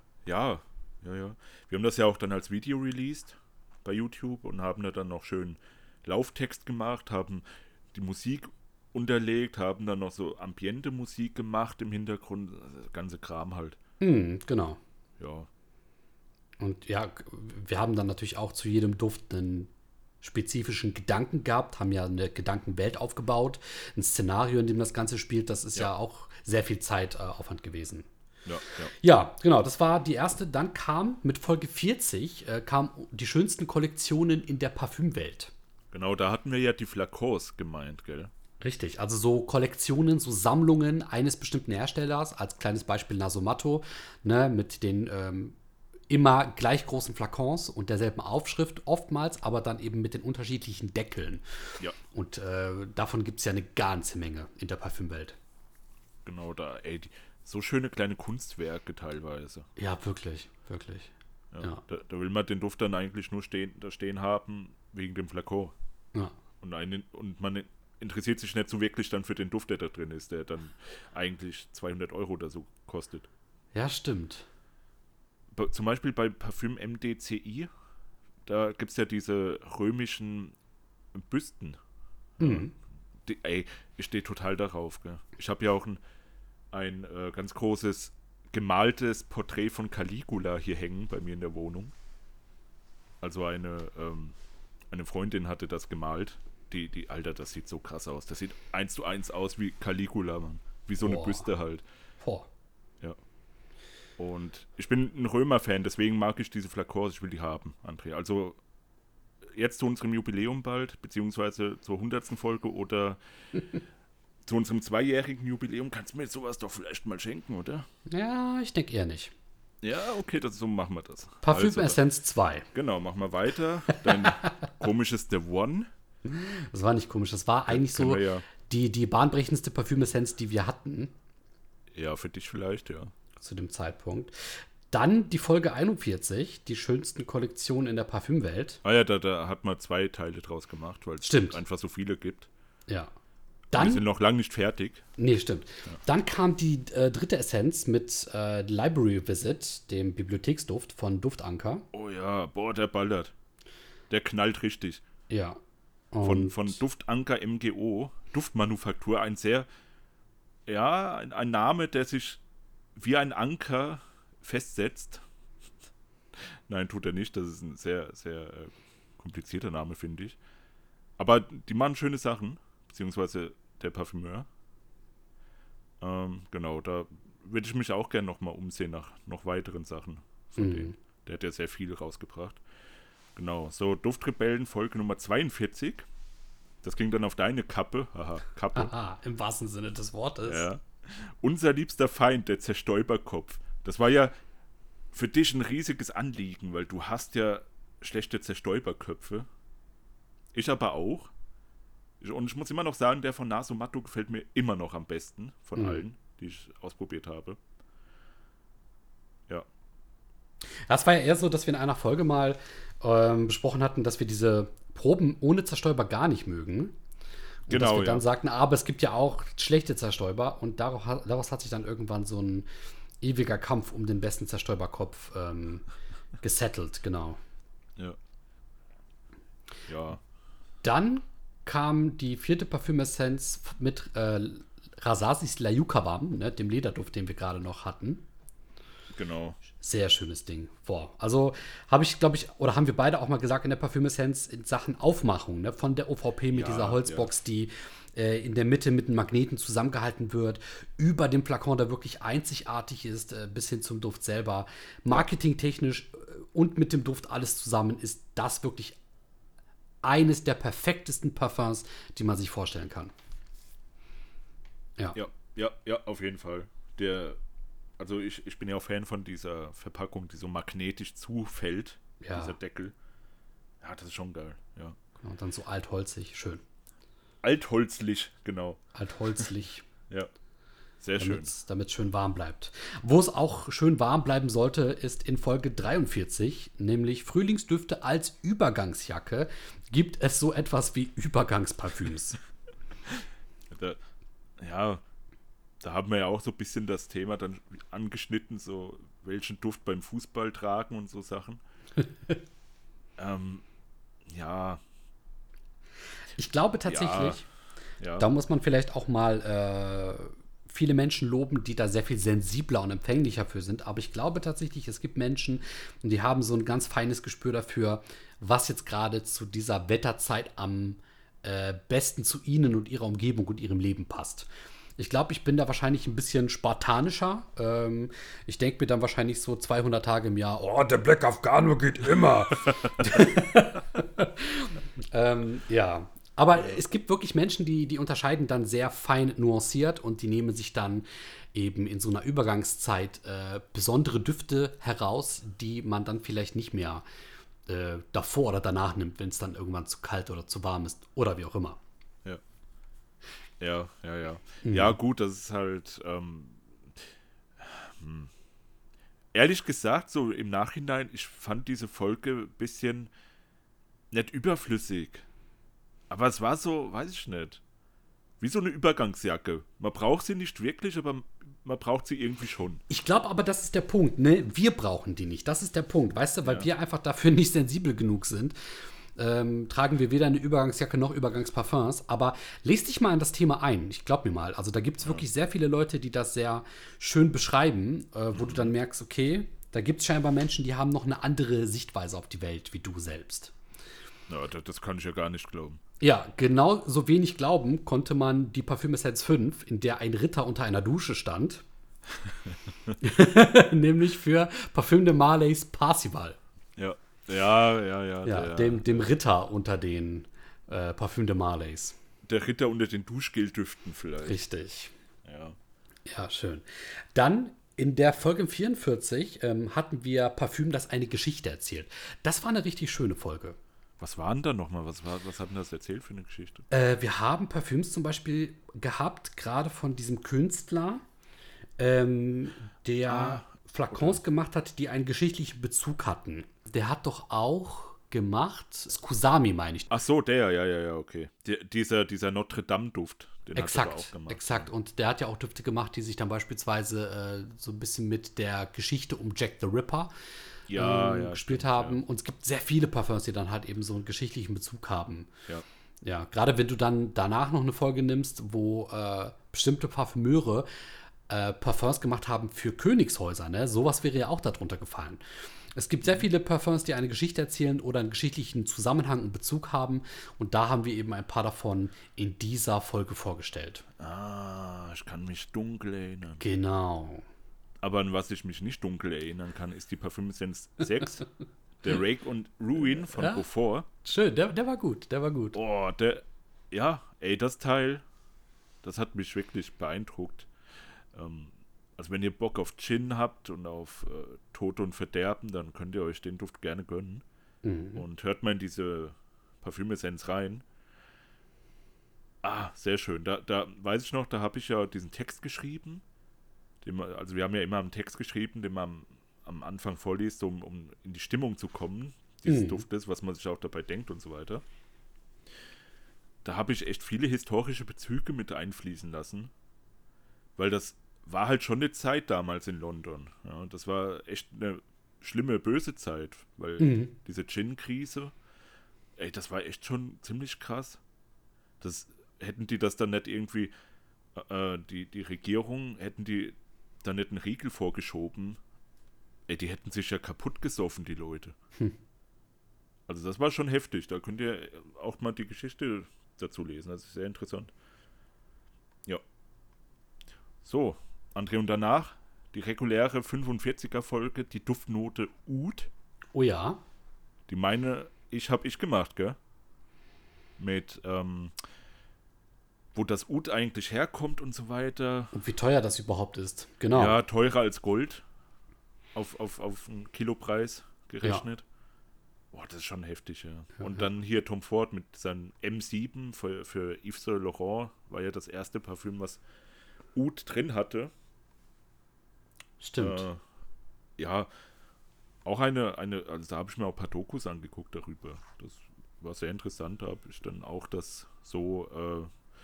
B: Wir haben das ja auch dann als Video released bei YouTube und haben da dann noch schön Lauftext gemacht, haben die Musik unterlegt, haben dann noch so Ambiente-Musik gemacht im Hintergrund, also das ganze Kram halt.
A: Genau.
B: Ja.
A: Und ja, wir haben dann natürlich auch zu jedem Duft einen spezifischen Gedanken gehabt, haben ja eine Gedankenwelt aufgebaut, ein Szenario, in dem das Ganze spielt. Das ist ja auch sehr viel Zeitaufwand gewesen. Ja, genau, das war die erste. Dann kam mit Folge 40 kam die schönsten Kollektionen in der Parfümwelt.
B: Genau, da hatten wir ja die Flakons gemeint, gell?
A: Richtig, also so Kollektionen, so Sammlungen eines bestimmten Herstellers, als kleines Beispiel Nasomatto, ne, mit den immer gleich großen Flakons und derselben Aufschrift oftmals, aber dann eben mit den unterschiedlichen Deckeln.
B: Ja.
A: Und davon gibt es ja eine ganze Menge in der Parfümwelt.
B: Genau, so schöne kleine Kunstwerke teilweise.
A: Ja, wirklich. Ja.
B: Da will man den Duft dann eigentlich nur da stehen haben, wegen dem Flakon.
A: Ja.
B: Und man interessiert sich nicht so wirklich dann für den Duft, der da drin ist, der dann eigentlich 200 Euro oder so kostet.
A: Ja, stimmt.
B: Zum Beispiel bei Parfüm MDCI, da gibt es ja diese römischen Büsten.
A: Mhm.
B: Ich stehe total darauf. Gell? Ich habe ja auch ein ganz großes gemaltes Porträt von Caligula hier hängen bei mir in der Wohnung. Also eine Freundin hatte das gemalt. Alter, das sieht so krass aus. Das sieht 1:1 aus wie Caligula, Mann. Wie so eine Büste halt.
A: Boah.
B: Ja. Und ich bin ein Römer-Fan, deswegen mag ich diese Flakons, ich will die haben, André. Also jetzt zu unserem Jubiläum bald, beziehungsweise zur 100. Folge oder zu unserem 2-jährigen Jubiläum, kannst du mir sowas doch vielleicht mal schenken, oder?
A: Ja, ich denke eher nicht.
B: Ja, okay, so machen wir das.
A: Parfüm Essenz 2.
B: Genau, machen wir weiter. Dein komisches The One.
A: Das war nicht komisch, das war eigentlich so die bahnbrechendste Parfümessenz, die wir hatten.
B: Ja, für dich vielleicht, ja.
A: Zu dem Zeitpunkt. Dann die Folge 41, die schönsten Kollektionen in der Parfümwelt.
B: Ah ja, da hat man 2 Teile draus gemacht, weil es einfach so viele gibt.
A: Ja.
B: Dann, wir sind noch lange nicht fertig.
A: Nee, stimmt. Ja. Dann kam die dritte Essenz mit Library Visit, dem Bibliotheksduft von Duftanker.
B: Oh ja, boah, der ballert. Der knallt richtig.
A: Ja.
B: Von Duftanker MGO, Duftmanufaktur, ein Name, der sich wie ein Anker festsetzt. Nein, tut er nicht. Das ist ein sehr, sehr komplizierter Name, finde ich. Aber die machen schöne Sachen, beziehungsweise der Parfümeur. Genau, da würde ich mich auch gerne nochmal umsehen nach noch weiteren Sachen von denen. Der hat ja sehr viel rausgebracht. Genau, so Duftrebellen, Folge Nummer 42. Das ging dann auf deine Kappe. Aha, Kappe.
A: Aha, im wahrsten Sinne des Wortes.
B: Ja. Unser liebster Feind, der Zerstäuberkopf. Das war ja für dich ein riesiges Anliegen, weil du hast ja schlechte Zerstäuberköpfe. Ich aber auch. Und ich muss immer noch sagen, der von Nasomatto gefällt mir immer noch am besten von allen, die ich ausprobiert habe. Ja.
A: Das war ja eher so, dass wir in einer Folge mal besprochen hatten, dass wir diese Proben ohne Zerstäuber gar nicht mögen. Und
B: genau,
A: dass wir dann sagten, aber es gibt ja auch schlechte Zerstäuber. Und daraus hat sich dann irgendwann so ein ewiger Kampf um den besten Zerstäuberkopf gesettelt, genau.
B: Ja. Ja.
A: Dann kam die 4. Parfümessenz mit Rasasis Layukavam, ne, dem Lederduft, den wir gerade noch hatten.
B: Genau.
A: Sehr schönes Ding. Boah. Also habe ich, glaube ich, oder haben wir beide auch mal gesagt in der Parfümessenz in Sachen Aufmachung, ne, von der OVP mit dieser Holzbox, die in der Mitte mit einem Magneten zusammengehalten wird, über dem Flakon, der wirklich einzigartig ist, bis hin zum Duft selber. Marketingtechnisch und mit dem Duft alles zusammen ist das wirklich eines der perfektesten Parfums, die man sich vorstellen kann. Ja.
B: Ja, auf jeden Fall. Also ich bin ja auch Fan von dieser Verpackung, die so magnetisch zufällt, dieser Deckel. Ja, das ist schon geil, ja.
A: Genau, und dann so altholzig, schön.
B: Altholzlich, genau.
A: Altholzlich.
B: Ja, sehr schön.
A: Damit es schön warm bleibt. Wo es auch schön warm bleiben sollte, ist in Folge 43, nämlich Frühlingsdüfte als Übergangsjacke, gibt es so etwas wie Übergangsparfüms.
B: Da haben wir ja auch so ein bisschen das Thema dann angeschnitten, so welchen Duft beim Fußball tragen und so Sachen. Ja.
A: Ich glaube tatsächlich, da muss man vielleicht auch mal viele Menschen loben, die da sehr viel sensibler und empfänglicher für sind. Aber ich glaube tatsächlich, es gibt Menschen, und die haben so ein ganz feines Gespür dafür, was jetzt gerade zu dieser Wetterzeit am besten zu ihnen und ihrer Umgebung und ihrem Leben passt. Ich glaube, ich bin da wahrscheinlich ein bisschen spartanischer. Ich denke mir dann wahrscheinlich so 200 Tage im Jahr, oh, der Black Afghano geht immer. Ja. Aber es gibt wirklich Menschen, die unterscheiden dann sehr fein nuanciert und die nehmen sich dann eben in so einer Übergangszeit besondere Düfte heraus, die man dann vielleicht nicht mehr davor oder danach nimmt, wenn es dann irgendwann zu kalt oder zu warm ist oder wie auch immer.
B: Ja. Ja, gut, das ist halt ehrlich gesagt, so im Nachhinein, ich fand diese Folge ein bisschen nicht überflüssig. Aber es war so, weiß ich nicht, wie so eine Übergangsjacke. Man braucht sie nicht wirklich, aber man braucht sie irgendwie schon.
A: Ich glaube aber, das ist der Punkt, ne? Wir brauchen die nicht. Das ist der Punkt, weißt du, weil wir einfach dafür nicht sensibel genug sind. Tragen wir weder eine Übergangsjacke noch Übergangsparfums. Aber lest dich mal in das Thema ein. Ich glaube mir mal. Also da gibt es wirklich sehr viele Leute, die das sehr schön beschreiben, wo du dann merkst, okay, da gibt es scheinbar Menschen, die haben noch eine andere Sichtweise auf die Welt wie du selbst.
B: Ja, das kann ich ja gar nicht glauben.
A: Ja, genau so wenig glauben konnte man die Parfümessenz 5, in der ein Ritter unter einer Dusche stand. Nämlich für Parfüm de Marleys Parsival.
B: Ja, Ja.
A: Ja, dem Ritter unter den Parfüm de Marleys.
B: Der Ritter unter den Duschgeldüften vielleicht.
A: Richtig.
B: Ja.
A: Ja, schön. Dann in der Folge 44 hatten wir Parfüm, das eine Geschichte erzählt. Das war eine richtig schöne Folge.
B: Was war denn da nochmal? Was hat denn das erzählt für eine Geschichte?
A: Wir haben Parfüms zum Beispiel gehabt, gerade von diesem Künstler, der Flakons gemacht hat, die einen geschichtlichen Bezug hatten. Der hat doch auch gemacht, Kusami meine ich.
B: Ach so, ja, okay. Dieser Notre-Dame-Duft, den hat er aber auch gemacht.
A: Exakt. Und der hat ja auch Düfte gemacht, die sich dann beispielsweise so ein bisschen mit der Geschichte um Jack the Ripper gespielt haben. Ja. Und es gibt sehr viele Parfums, die dann halt eben so einen geschichtlichen Bezug haben.
B: Ja.
A: Ja, gerade wenn du dann danach noch eine Folge nimmst, wo bestimmte Parfümeure Parfums gemacht haben für Königshäuser, ne? Sowas wäre ja auch darunter gefallen. Es gibt sehr viele Parfums, die eine Geschichte erzählen oder einen geschichtlichen Zusammenhang und Bezug haben. Und da haben wir eben ein paar davon in dieser Folge vorgestellt.
B: Ich kann mich dunkel erinnern.
A: Genau.
B: Aber an was ich mich nicht dunkel erinnern kann, ist die Parfümessenz 6. Der Rake und Ruin von Beaufort.
A: Schön, der war gut,
B: Oh, das Teil, das hat mich wirklich beeindruckt. Also wenn ihr Bock auf Gin habt und auf Tod und Verderben, dann könnt ihr euch den Duft gerne gönnen. Und hört mal in diese Parfümessenz rein. Sehr schön. Da weiß ich noch, da habe ich ja diesen Text geschrieben. Also wir haben ja immer einen Text geschrieben, den man am Anfang vorliest, um in die Stimmung zu kommen, dieses Duftes, was man sich auch dabei denkt und so weiter. Da habe ich echt viele historische Bezüge mit einfließen lassen, weil das war halt schon eine Zeit damals in London. Ja, das war echt eine schlimme, böse Zeit, weil diese Gin-Krise, das war echt schon ziemlich krass. Hätten die das dann nicht irgendwie, die Regierung, hätten die dann nicht einen Riegel vorgeschoben, die hätten sich ja kaputt gesoffen, die Leute. Also das war schon heftig. Da könnt ihr auch mal die Geschichte dazu lesen. Das ist sehr interessant. Ja. So, André, und danach die reguläre 45er-Folge, die Duftnote Oud.
A: Oh ja.
B: Die habe ich gemacht, gell? Mit, wo das Oud eigentlich herkommt und so weiter.
A: Und wie teuer das überhaupt ist. Genau.
B: Ja, teurer als Gold. Auf einen Kilopreis gerechnet. Ja. Boah, das ist schon heftig, ja. Und dann hier Tom Ford mit seinem M7 für Yves Saint Laurent, war ja das erste Parfüm, was Oud drin hatte.
A: Stimmt.
B: Ja, auch also da habe ich mir auch ein paar Dokus angeguckt darüber. Das war sehr interessant, da habe ich dann auch das so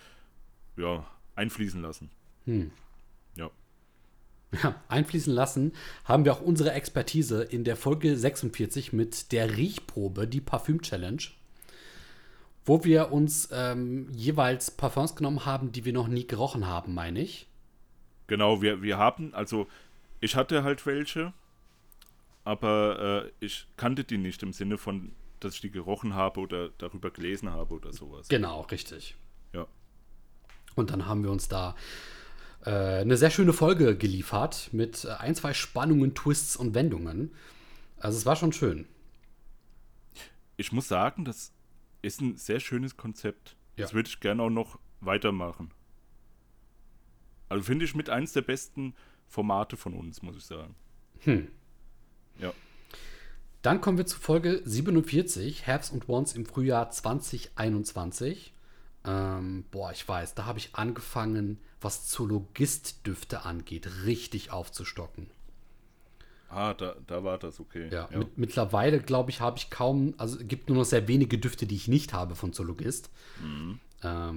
B: einfließen lassen. Ja.
A: Ja, einfließen lassen haben wir auch unsere Expertise in der Folge 46 mit der Riechprobe, die Parfüm-Challenge, wo wir uns jeweils Parfums genommen haben, die wir noch nie gerochen haben, meine ich.
B: Genau, wir haben, also ich hatte halt welche, aber ich kannte die nicht im Sinne von, dass ich die gerochen habe oder darüber gelesen habe oder sowas.
A: Genau, richtig.
B: Ja.
A: Und dann haben wir uns da eine sehr schöne Folge geliefert mit ein, zwei Spannungen, Twists und Wendungen. Also es war schon schön.
B: Ich muss sagen, das ist ein sehr schönes Konzept. Ja. Das würde ich gerne auch noch weitermachen. Also finde ich mit eins der besten Formate von uns, muss ich sagen. Ja.
A: Dann kommen wir zu Folge 47, Haves und Wants im Frühjahr 2021. Ich weiß, da habe ich angefangen, was Zoologist-Düfte angeht, richtig aufzustocken.
B: Da war das, okay.
A: Ja. Mittlerweile, glaube ich, habe ich kaum, also es gibt nur noch sehr wenige Düfte, die ich nicht habe von Zoologist. Da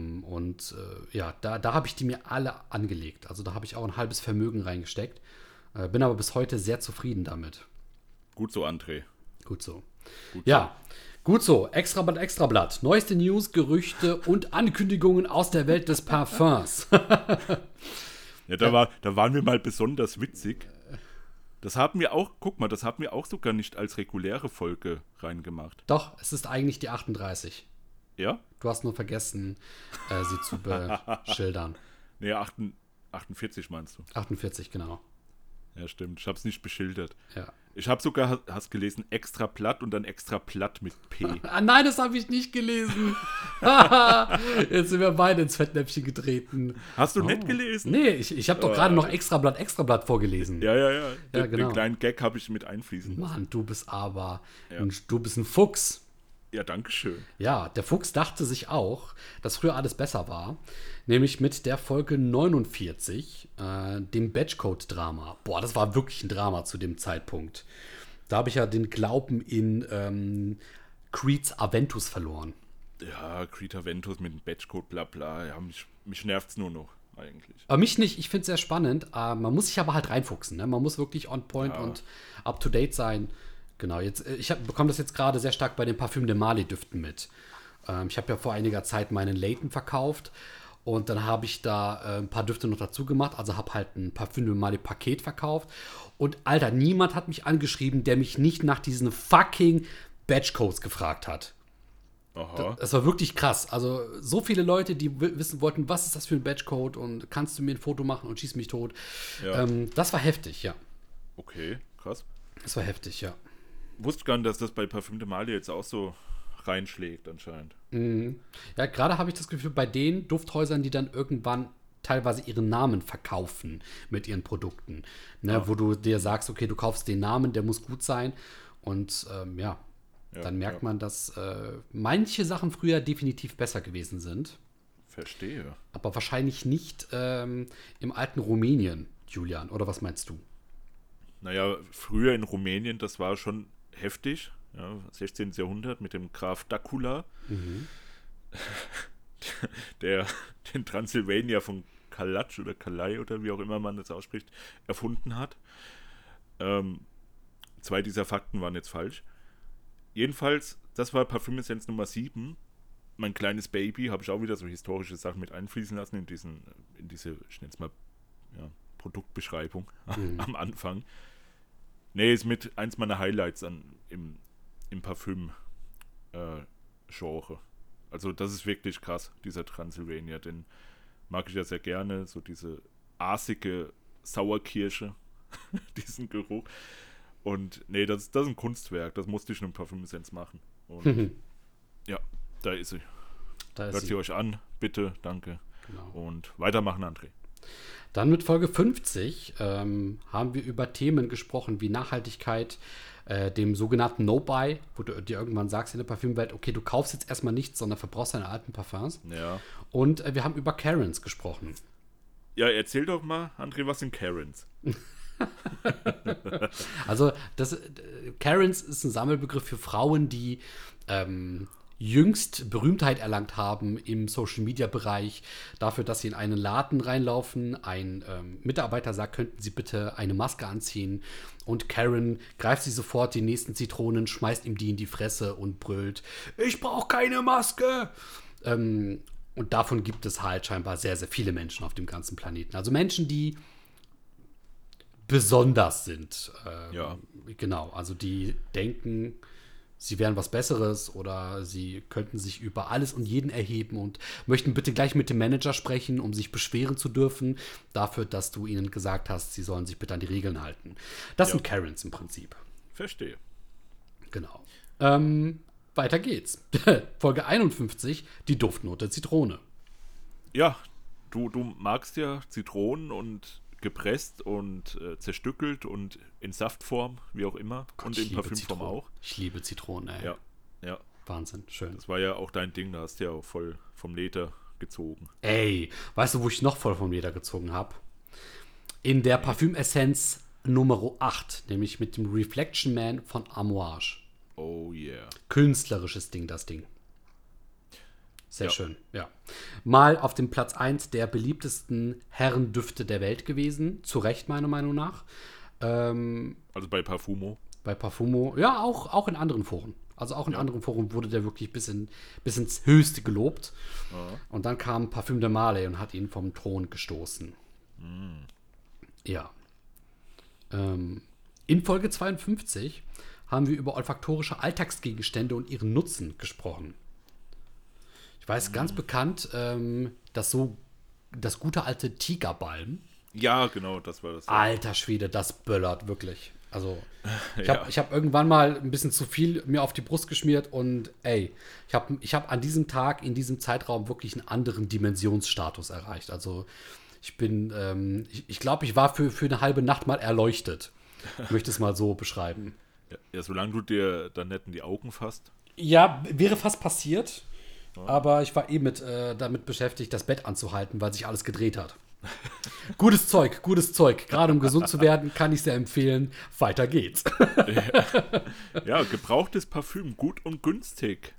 A: habe ich die mir alle angelegt. Also da habe ich auch ein halbes Vermögen reingesteckt. Bin aber bis heute sehr zufrieden damit.
B: Gut so, André.
A: Gut so. Gut so. Extrablatt. Neueste News, Gerüchte und Ankündigungen aus der Welt des Parfums.
B: Ja, da waren wir mal besonders witzig. Das haben wir auch sogar nicht als reguläre Folge reingemacht.
A: Doch, es ist eigentlich die 38.
B: Ja?
A: Du hast nur vergessen, sie zu beschildern.
B: Nee, 48 meinst du?
A: 48, genau.
B: Ja, stimmt. Ich habe es nicht beschildert.
A: Ja.
B: Ich habe sogar, hast gelesen, extra platt und dann extra platt mit P.
A: Ah, nein, das habe ich nicht gelesen. Jetzt sind wir beide ins Fettnäpfchen getreten.
B: Hast du nicht gelesen?
A: Nee, ich habe doch gerade noch Extrablatt vorgelesen.
B: Ja.
A: Ja, genau.
B: Den kleinen Gag habe ich mit einfließen lassen.
A: Mann, du bist aber,
B: Ja.
A: du bist ein Fuchs.
B: Ja, danke schön.
A: Ja, der Fuchs dachte sich auch, dass früher alles besser war. Nämlich mit der Folge 49, dem Batchcode-Drama. Boah, das war wirklich ein Drama zu dem Zeitpunkt. Da habe ich ja den Glauben in Creeds Aventus verloren.
B: Ja, Creed Aventus mit dem Batchcode, bla bla. Ja, mich nervt's nur noch, eigentlich.
A: Aber mich nicht, ich finde es sehr spannend. Man muss sich aber halt reinfuchsen. Ne? Man muss wirklich on point und up to date sein. Genau, ich bekomme das jetzt gerade sehr stark bei den Parfüm de Marly Düften mit. Ich habe ja vor einiger Zeit meinen Layton verkauft und dann habe ich da ein paar Düfte noch dazu gemacht. Also habe halt ein Parfüm de Marly Paket verkauft. Und Alter, niemand hat mich angeschrieben, der mich nicht nach diesen fucking Batchcodes gefragt hat.
B: Aha.
A: Das war wirklich krass. Also so viele Leute, die wissen wollten, was ist das für ein Batchcode und kannst du mir ein Foto machen und schieß mich tot.
B: Ja.
A: Das war heftig, ja.
B: Okay, krass.
A: Das war heftig, ja.
B: Wusste gar nicht, dass das bei Parfüm de Marly jetzt auch so reinschlägt anscheinend.
A: Ja, gerade habe ich das Gefühl, bei den Dufthäusern, die dann irgendwann teilweise ihren Namen verkaufen mit ihren Produkten. Ne, wo du dir sagst, okay, du kaufst den Namen, der muss gut sein. Und dann merkt man, dass manche Sachen früher definitiv besser gewesen sind.
B: Verstehe.
A: Aber wahrscheinlich nicht im alten Rumänien, Julian. Oder was meinst du?
B: Naja, früher in Rumänien, das war schon heftig. Ja, 16. Jahrhundert mit dem Graf Dracula, der den Transylvania von Kalatsch oder Kalai oder wie auch immer man das ausspricht, erfunden hat. Zwei dieser Fakten waren jetzt falsch. Jedenfalls, das war Parfümessenz Nummer 7. Mein kleines Baby, habe ich auch wieder so historische Sachen mit einfließen lassen in diese, ich nenne es mal, Produktbeschreibung am Anfang. Nee, ist mit eins meiner Highlights im Parfüm-Genre. Also das ist wirklich krass, dieser Transylvania. Den mag ich ja sehr gerne. So diese asige Sauerkirsche, diesen Geruch. Und nee, das ist ein Kunstwerk. Das musste ich in einem Parfümessenz machen. Und ja, da ist sie. Hört sie euch an, bitte, danke.
A: Genau.
B: Und weitermachen, André.
A: Dann mit Folge 50 haben wir über Themen gesprochen wie Nachhaltigkeit, dem sogenannten No-Buy, wo du dir irgendwann sagst in der Parfümwelt, okay, du kaufst jetzt erstmal nichts, sondern verbrauchst deine alten Parfums.
B: Ja.
A: Und wir haben über Karens gesprochen.
B: Ja, erzähl doch mal, André, was sind Karens?
A: Also, Karens ist ein Sammelbegriff für Frauen, die jüngst Berühmtheit erlangt haben im Social-Media-Bereich dafür, dass sie in einen Laden reinlaufen. Ein Mitarbeiter sagt, könnten Sie bitte eine Maske anziehen? Und Karen greift sie sofort die nächsten Zitronen, schmeißt ihm die in die Fresse und brüllt, ich brauche keine Maske! Und davon gibt es halt scheinbar sehr, sehr viele Menschen auf dem ganzen Planeten. Also Menschen, die besonders sind.
B: Ja.
A: Genau, also die denken, sie wären was Besseres oder sie könnten sich über alles und jeden erheben und möchten bitte gleich mit dem Manager sprechen, um sich beschweren zu dürfen, dafür, dass du ihnen gesagt hast, sie sollen sich bitte an die Regeln halten. Das sind Karens im Prinzip.
B: Verstehe.
A: Genau. Weiter geht's. Folge 51, die Duftnote Zitrone.
B: Ja, du magst ja Zitronen und gepresst und zerstückelt und in Saftform, wie auch immer.
A: Gott,
B: und in Parfümform auch.
A: Ich liebe Zitronen, ey.
B: Ja.
A: Wahnsinn, schön.
B: Das war ja auch dein Ding, da hast du ja auch voll vom Leder gezogen.
A: Ey, weißt du, wo ich noch voll vom Leder gezogen habe? In der Parfümessenz Nummer 8, nämlich mit dem Reflection Man von Amouage.
B: Oh yeah.
A: Künstlerisches Ding, das Ding. Sehr
B: Ja.
A: schön, ja. Mal auf dem Platz 1 der beliebtesten Herrendüfte der Welt gewesen. Zu Recht, meiner Meinung nach.
B: Also bei Parfumo.
A: Bei Parfumo, ja, auch in anderen Foren. Also auch in anderen Foren wurde der wirklich bis ins Höchste gelobt.
B: Ja.
A: Und dann kam Parfüm de Marly und hat ihn vom Thron gestoßen. Ja. In Folge 52 haben wir über olfaktorische Alltagsgegenstände und ihren Nutzen gesprochen. Ich weiß, ganz bekannt, das gute alte Tigerbalm.
B: Ja, genau, das war das.
A: Alter Schwede, das böllert wirklich. Also,
B: Ja.
A: ich hab irgendwann mal ein bisschen zu viel mir auf die Brust geschmiert und ey, ich hab an diesem Tag, in diesem Zeitraum wirklich einen anderen Dimensionsstatus erreicht. Also, ich glaube, ich war für eine halbe Nacht mal erleuchtet. Ich möchte es mal so beschreiben.
B: Ja, solange du dir dann nicht in die Augen fasst.
A: Ja, wäre fast passiert, aber ich war damit beschäftigt, das Bett anzuhalten, weil sich alles gedreht hat. Gutes Zeug, gutes Zeug. Gerade um gesund zu werden, kann ich sehr empfehlen. Weiter geht's.
B: Ja, gebrauchtes Parfüm, gut und günstig.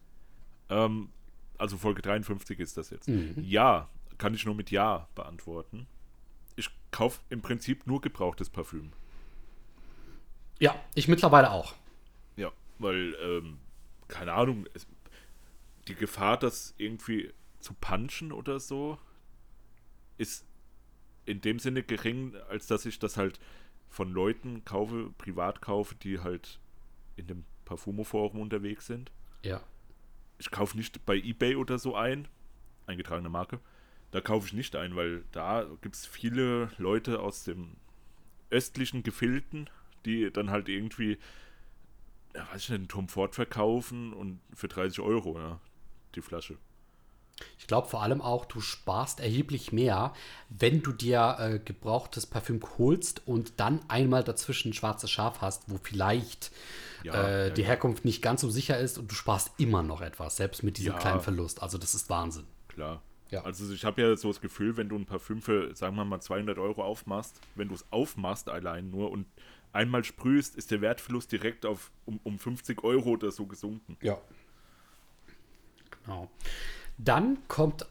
B: Also Folge 53 ist das jetzt. Ja, kann ich nur mit Ja beantworten. Ich kaufe im Prinzip nur gebrauchtes Parfüm.
A: Ja, ich mittlerweile auch.
B: Ja, weil, keine Ahnung, die Gefahr, das irgendwie zu punchen oder so, ist in dem Sinne gering, als dass ich das halt von Leuten kaufe, privat kaufe, die halt in dem Parfumo-Forum unterwegs sind.
A: Ja.
B: Ich kaufe nicht bei eBay oder so eingetragene Marke. Da kaufe ich nicht ein, weil da gibt es viele Leute aus dem östlichen Gefilden, die dann halt irgendwie, ja, weiß ich nicht, einen Tom Ford verkaufen und für 30 Euro, ja, die Flasche.
A: Ich glaube vor allem auch, du sparst erheblich mehr, wenn du dir gebrauchtes Parfüm holst und dann einmal dazwischen ein schwarzes Schaf hast, wo vielleicht die Herkunft nicht ganz so sicher ist und du sparst immer noch etwas, selbst mit diesem kleinen Verlust. Also das ist Wahnsinn.
B: Klar.
A: Ja.
B: Also ich habe ja so das Gefühl, wenn du ein Parfüm für, sagen wir mal, 200 Euro aufmachst, wenn du es aufmachst allein nur und einmal sprühst, ist der Wertverlust direkt um 50 Euro oder so gesunken.
A: Ja. Genau. Dann kommt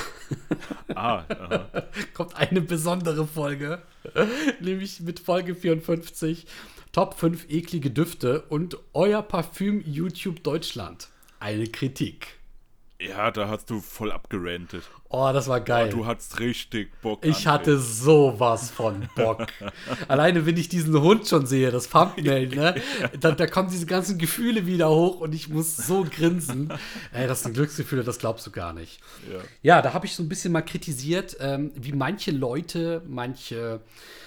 A: kommt eine besondere Folge, nämlich mit Folge 54, Top 5 eklige Düfte und euer Parfüm YouTube Deutschland. Eine Kritik.
B: Ja, da hast du voll abgerantet.
A: Oh, das war geil.
B: Du hattest richtig Bock.
A: Ich hatte sowas von Bock. Alleine, wenn ich diesen Hund schon sehe, das Thumbnail, ne? Da kommen diese ganzen Gefühle wieder hoch und ich muss so grinsen. Ey, das sind Glücksgefühle, das glaubst du gar nicht. Ja, da habe ich so ein bisschen mal kritisiert, wie manche Leute, manche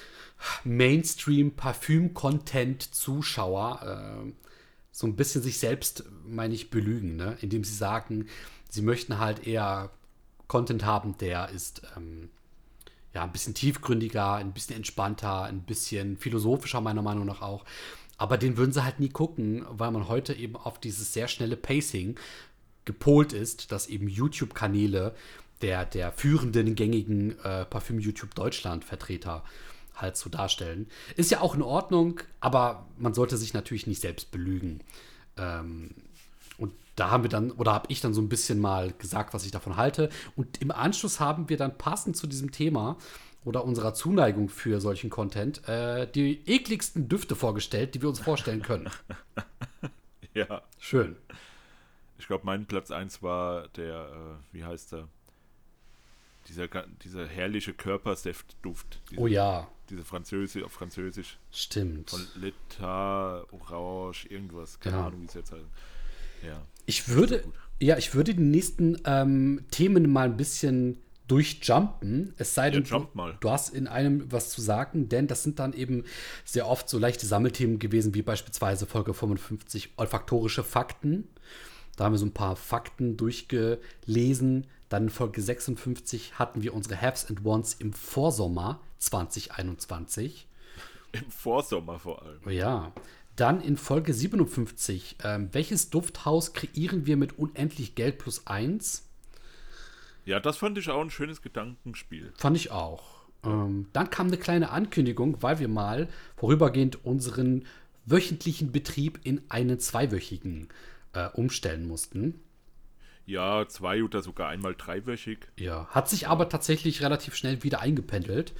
A: Mainstream-Parfüm-Content-Zuschauer so ein bisschen sich selbst, meine ich, belügen, ne? Indem sie sagen, sie möchten halt eher Content haben, der ist ein bisschen tiefgründiger, ein bisschen entspannter, ein bisschen philosophischer, meiner Meinung nach auch. Aber den würden sie halt nie gucken, weil man heute eben auf dieses sehr schnelle Pacing gepolt ist, dass eben YouTube-Kanäle der führenden, gängigen Parfüm-YouTube Deutschland-Vertreter halt so darstellen. Ist ja auch in Ordnung, aber man sollte sich natürlich nicht selbst belügen. Und da habe ich dann so ein bisschen mal gesagt, was ich davon halte. Und im Anschluss haben wir dann passend zu diesem Thema oder unserer Zuneigung für solchen Content die ekligsten Düfte vorgestellt, die wir uns vorstellen können.
B: Ja.
A: Schön.
B: Ich glaube, mein Platz 1 war der, wie heißt der? Dieser herrliche Körpersäftduft.
A: Oh ja.
B: Diese auf Französisch.
A: Stimmt.
B: Von Letta, Orange, irgendwas. Keine Ahnung, wie es jetzt heißt. Ja.
A: Ich würde die nächsten Themen mal ein bisschen durchjumpen. Es sei denn, du hast in einem was zu sagen, denn das sind dann eben sehr oft so leichte Sammelthemen gewesen, wie beispielsweise Folge 55, olfaktorische Fakten. Da haben wir so ein paar Fakten durchgelesen. Dann in Folge 56 hatten wir unsere Haves and Wants im Vorsommer 2021.
B: Im Vorsommer vor allem.
A: Ja. Dann in Folge 57, welches Dufthaus kreieren wir mit unendlich Geld plus 1?
B: Ja, das fand ich auch ein schönes Gedankenspiel.
A: Fand ich auch. Dann kam eine kleine Ankündigung, weil wir mal vorübergehend unseren wöchentlichen Betrieb in einen zweiwöchigen umstellen mussten.
B: Ja, 2 oder sogar einmal 3-wöchig.
A: Ja, hat sich aber tatsächlich relativ schnell wieder eingependelt.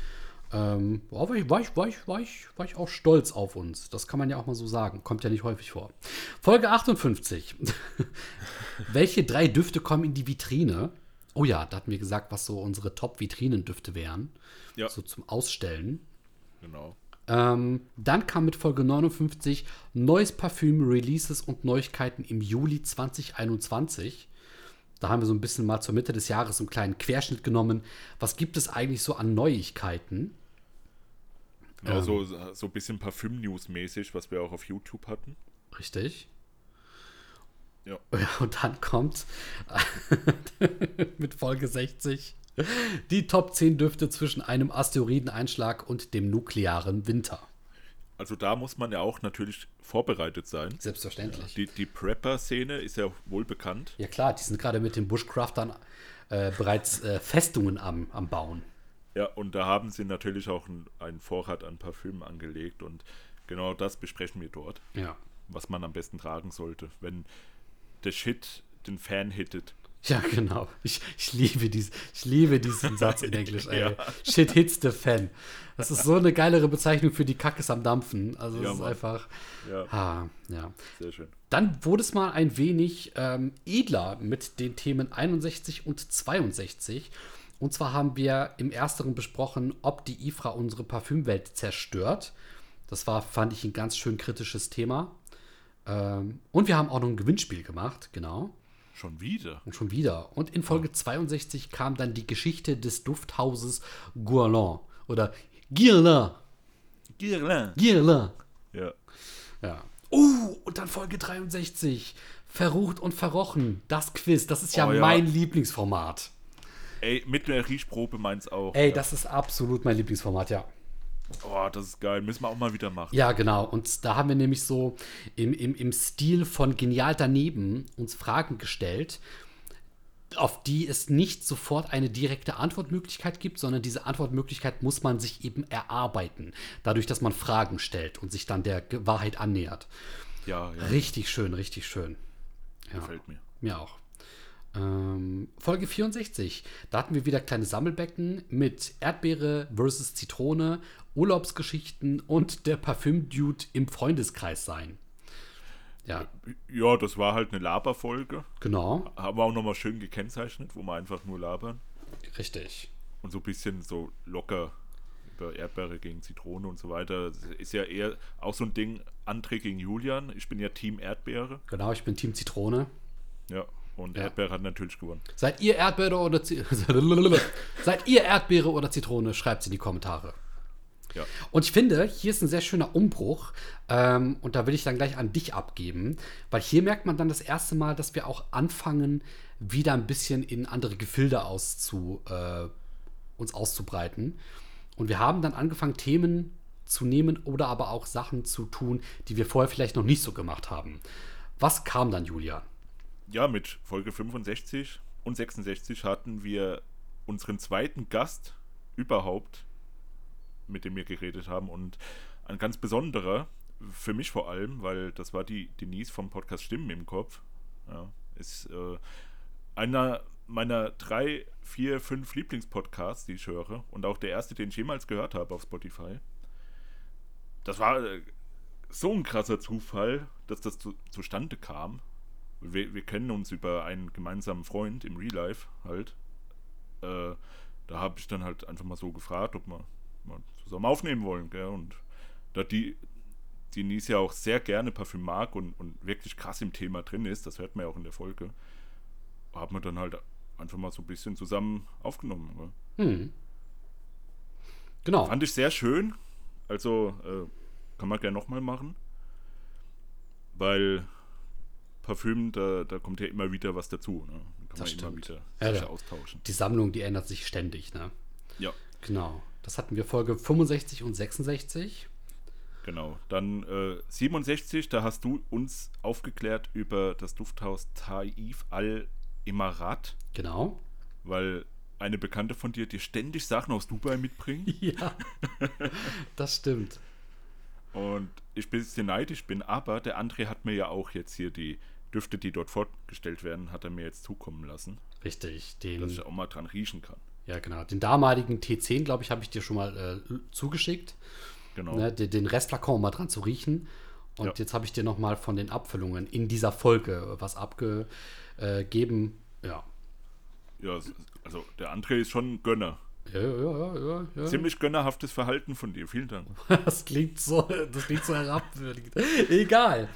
A: War ich auch stolz auf uns. Das kann man ja auch mal so sagen. Kommt ja nicht häufig vor. Folge 58. Welche 3 Düfte kommen in die Vitrine? Oh ja, da hatten wir gesagt, was so unsere Top-Vitrinendüfte wären.
B: Ja.
A: So zum Ausstellen.
B: Genau.
A: Dann kam mit Folge 59 neues Parfüm, Releases und Neuigkeiten im Juli 2021. Da haben wir so ein bisschen mal zur Mitte des Jahres so einen kleinen Querschnitt genommen. Was gibt es eigentlich so an Neuigkeiten?
B: Genau, so ein bisschen Parfüm-News-mäßig, was wir auch auf YouTube hatten.
A: Richtig.
B: Ja.
A: Ja, und dann kommt mit Folge 60 die Top 10 Düfte zwischen einem Asteroideneinschlag und dem nuklearen Winter.
B: Also da muss man ja auch natürlich vorbereitet sein.
A: Selbstverständlich.
B: Die Prepper-Szene ist ja wohl bekannt.
A: Ja klar, die sind gerade mit den Bushcraftern bereits Festungen am Bauen.
B: Ja, und da haben sie natürlich auch einen Vorrat an Parfümen angelegt und genau das besprechen wir dort.
A: Ja.
B: Was man am besten tragen sollte, wenn der Shit den Fan hittet.
A: Ja, genau. Ich liebe diesen Satz in Englisch. Ey.
B: Ja.
A: Shit hits the fan. Das ist so eine geilere Bezeichnung für die Kacke ist am Dampfen. Also
B: Ja,
A: das ist
B: Mann.
A: einfach.
B: Ja,
A: Ja.
B: sehr schön.
A: Dann wurde es mal ein wenig edler mit den Themen 61 und 62. Und zwar haben wir im ersteren besprochen, ob die IFRA unsere Parfümwelt zerstört. Das war, fand ich, ein ganz schön kritisches Thema. Und wir haben auch noch ein Gewinnspiel gemacht, genau.
B: Schon wieder?
A: Und schon wieder. Und in Folge 62 kam dann die Geschichte des Dufthauses Guerlain. Oder Guerlain. Guerlain.
B: Ja.
A: Ja. Und dann Folge 63. Verrucht und verrochen. Das Quiz. Das ist ja
B: Oh ja.
A: mein Lieblingsformat.
B: Ey, mit der Riechprobe meins auch.
A: Ey,
B: ja.
A: das ist absolut mein Lieblingsformat, ja.
B: Oh, das ist geil. Müssen wir auch mal wieder machen.
A: Ja, genau. Und da haben wir nämlich so im Stil von Genial daneben uns Fragen gestellt, auf die es nicht sofort eine direkte Antwortmöglichkeit gibt, sondern diese Antwortmöglichkeit muss man sich eben erarbeiten. Dadurch, dass man Fragen stellt und sich dann der Wahrheit annähert.
B: Ja.
A: Richtig schön, richtig schön. Ja,
B: Gefällt mir.
A: mir auch. Folge 64. Da hatten wir wieder kleine Sammelbecken mit Erdbeere versus Zitrone, Urlaubsgeschichten und der Parfüm-Dude im Freundeskreis sein. Ja,
B: Ja, das war halt eine Laberfolge.
A: genau.
B: Haben wir auch nochmal schön gekennzeichnet, wo wir einfach nur labern.
A: Richtig.
B: Und so ein bisschen so locker über Erdbeere gegen Zitrone und so weiter. Das ist ja eher auch so ein Ding, André gegen Julian. Ich bin ja Team Erdbeere.
A: Genau, ich bin Team Zitrone.
B: Ja, und
A: Ja.
B: Erdbeere hat natürlich gewonnen.
A: Seid ihr Erdbeere oder Seid ihr Erdbeere oder Zitrone? Schreibt es in die Kommentare.
B: Ja.
A: Und ich finde, hier ist ein sehr schöner Umbruch. Und da will ich dann gleich an dich abgeben. Weil hier merkt man dann das erste Mal, dass wir auch anfangen, wieder ein bisschen in andere Gefilde uns auszubreiten. Und wir haben dann angefangen, Themen zu nehmen oder aber auch Sachen zu tun, die wir vorher vielleicht noch nicht so gemacht haben. Was kam dann, Julian?
B: Ja, mit Folge 65 und 66 hatten wir unseren zweiten Gast überhaupt, mit dem wir geredet haben. Und ein ganz besonderer, für mich vor allem, weil das war die Denise vom Podcast Stimmen im Kopf. Ja, ist einer meiner 3, 4, 5 Lieblingspodcasts, die ich höre. Und auch der erste, den ich jemals gehört habe auf Spotify. Das war so ein krasser Zufall, dass das zustande kam. Wir kennen uns über einen gemeinsamen Freund im Real Life halt. Da habe ich dann halt einfach mal so gefragt, ob wir mal zusammen aufnehmen wollen. Gell? Und da die Denise ja auch sehr gerne Parfüm mag und wirklich krass im Thema drin ist, das hört man ja auch in der Folge, haben wir dann halt einfach mal so ein bisschen zusammen aufgenommen. Gell?
A: Genau.
B: Fand ich sehr schön. Also kann man gerne nochmal machen. Weil Parfüm, da kommt ja immer wieder was dazu. Ne? Da kann
A: Das
B: man immer
A: stimmt.
B: wieder sich
A: Ja.
B: austauschen.
A: Die Sammlung, die ändert sich ständig, ne?
B: Ja,
A: Genau. Das hatten wir Folge 65 und 66.
B: genau. Dann 67, da hast du uns aufgeklärt über das Dufthaus Taif al-Imarat,
A: Genau.
B: weil eine Bekannte von dir ständig Sachen aus Dubai mitbringt.
A: Ja, das stimmt.
B: Und ich bin ein bisschen neidisch bin, aber der André hat mir ja auch jetzt hier die Düfte, die dort vorgestellt werden, hat er mir jetzt zukommen lassen,
A: Richtig.
B: dass ich auch mal dran riechen kann.
A: Ja, genau. Den damaligen T10, glaube ich, habe ich dir schon mal zugeschickt.
B: Genau.
A: Ne, den Restflakon mal dran zu riechen. Und
B: Ja.
A: jetzt habe ich dir noch mal von den Abfüllungen in dieser Folge was abgegeben. Ja.
B: Ja, also der André ist schon ein Gönner.
A: Ja.
B: Ziemlich gönnerhaftes Verhalten von dir. Vielen Dank.
A: Das klingt so herabwürdigend. Egal.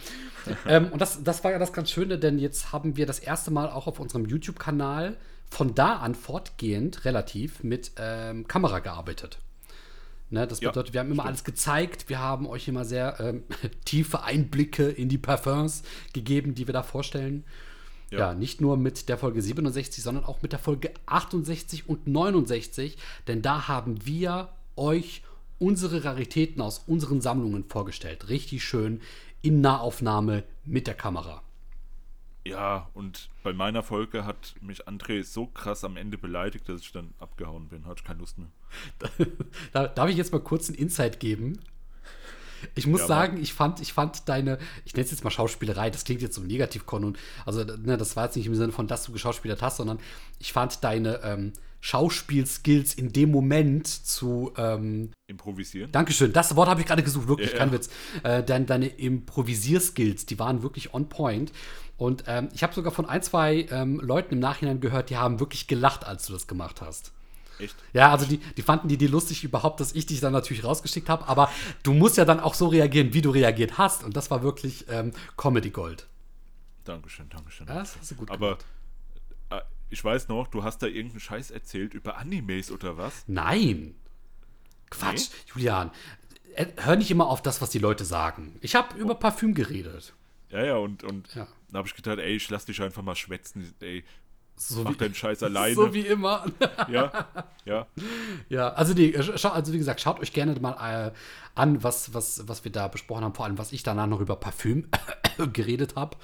A: Und das war ja das ganz Schöne, denn jetzt haben wir das erste Mal auch auf unserem YouTube-Kanal von da an fortgehend relativ mit Kamera gearbeitet. Ne, das bedeutet, wir haben immer alles gezeigt, wir haben euch immer sehr tiefe Einblicke in die Parfums gegeben, die wir da vorstellen. Ja, nicht nur mit der Folge 67, sondern auch mit der Folge 68 und 69, denn da haben wir euch unsere Raritäten aus unseren Sammlungen vorgestellt. Richtig schön in Nahaufnahme mit der Kamera.
B: Ja, und bei meiner Folge hat mich André so krass am Ende beleidigt, dass ich dann abgehauen bin. Hatte ich keine Lust mehr.
A: Darf ich jetzt mal kurz einen Insight geben? Ich muss sagen, ich fand deine, ich nenne es jetzt mal Schauspielerei, das klingt jetzt so negativ, also ne, das war jetzt nicht im Sinne von, dass du geschauspielert hast, sondern ich fand deine Schauspielskills in dem Moment zu
B: improvisieren.
A: Dankeschön, das Wort habe ich gerade gesucht, wirklich, kein Witz. Deine Improvisierskills, die waren wirklich on point. Und ich habe sogar von ein, zwei Leuten im Nachhinein gehört, die haben wirklich gelacht, als du das gemacht hast.
B: Echt?
A: Ja, also die fanden die lustig überhaupt, dass ich dich dann natürlich rausgeschickt habe, aber du musst ja dann auch so reagieren, wie du reagiert hast. Und das war wirklich Comedy Gold.
B: Dankeschön.
A: Ja, das hast du gut
B: aber
A: gemacht.
B: Ich weiß noch, du hast da irgendeinen Scheiß erzählt über Animes oder was?
A: Nein. Quatsch, Julian. Hör nicht immer auf das, was die Leute sagen. Ich habe über Parfüm geredet.
B: Ja, und dann habe ich gedacht, ey, ich lass dich einfach mal schwätzen, ey.
A: So
B: mach deinen Scheiß alleine.
A: So wie immer.
B: Ja.
A: Ja, also wie gesagt, schaut euch gerne mal an, was wir da besprochen haben, vor allem, was ich danach noch über Parfüm geredet habe.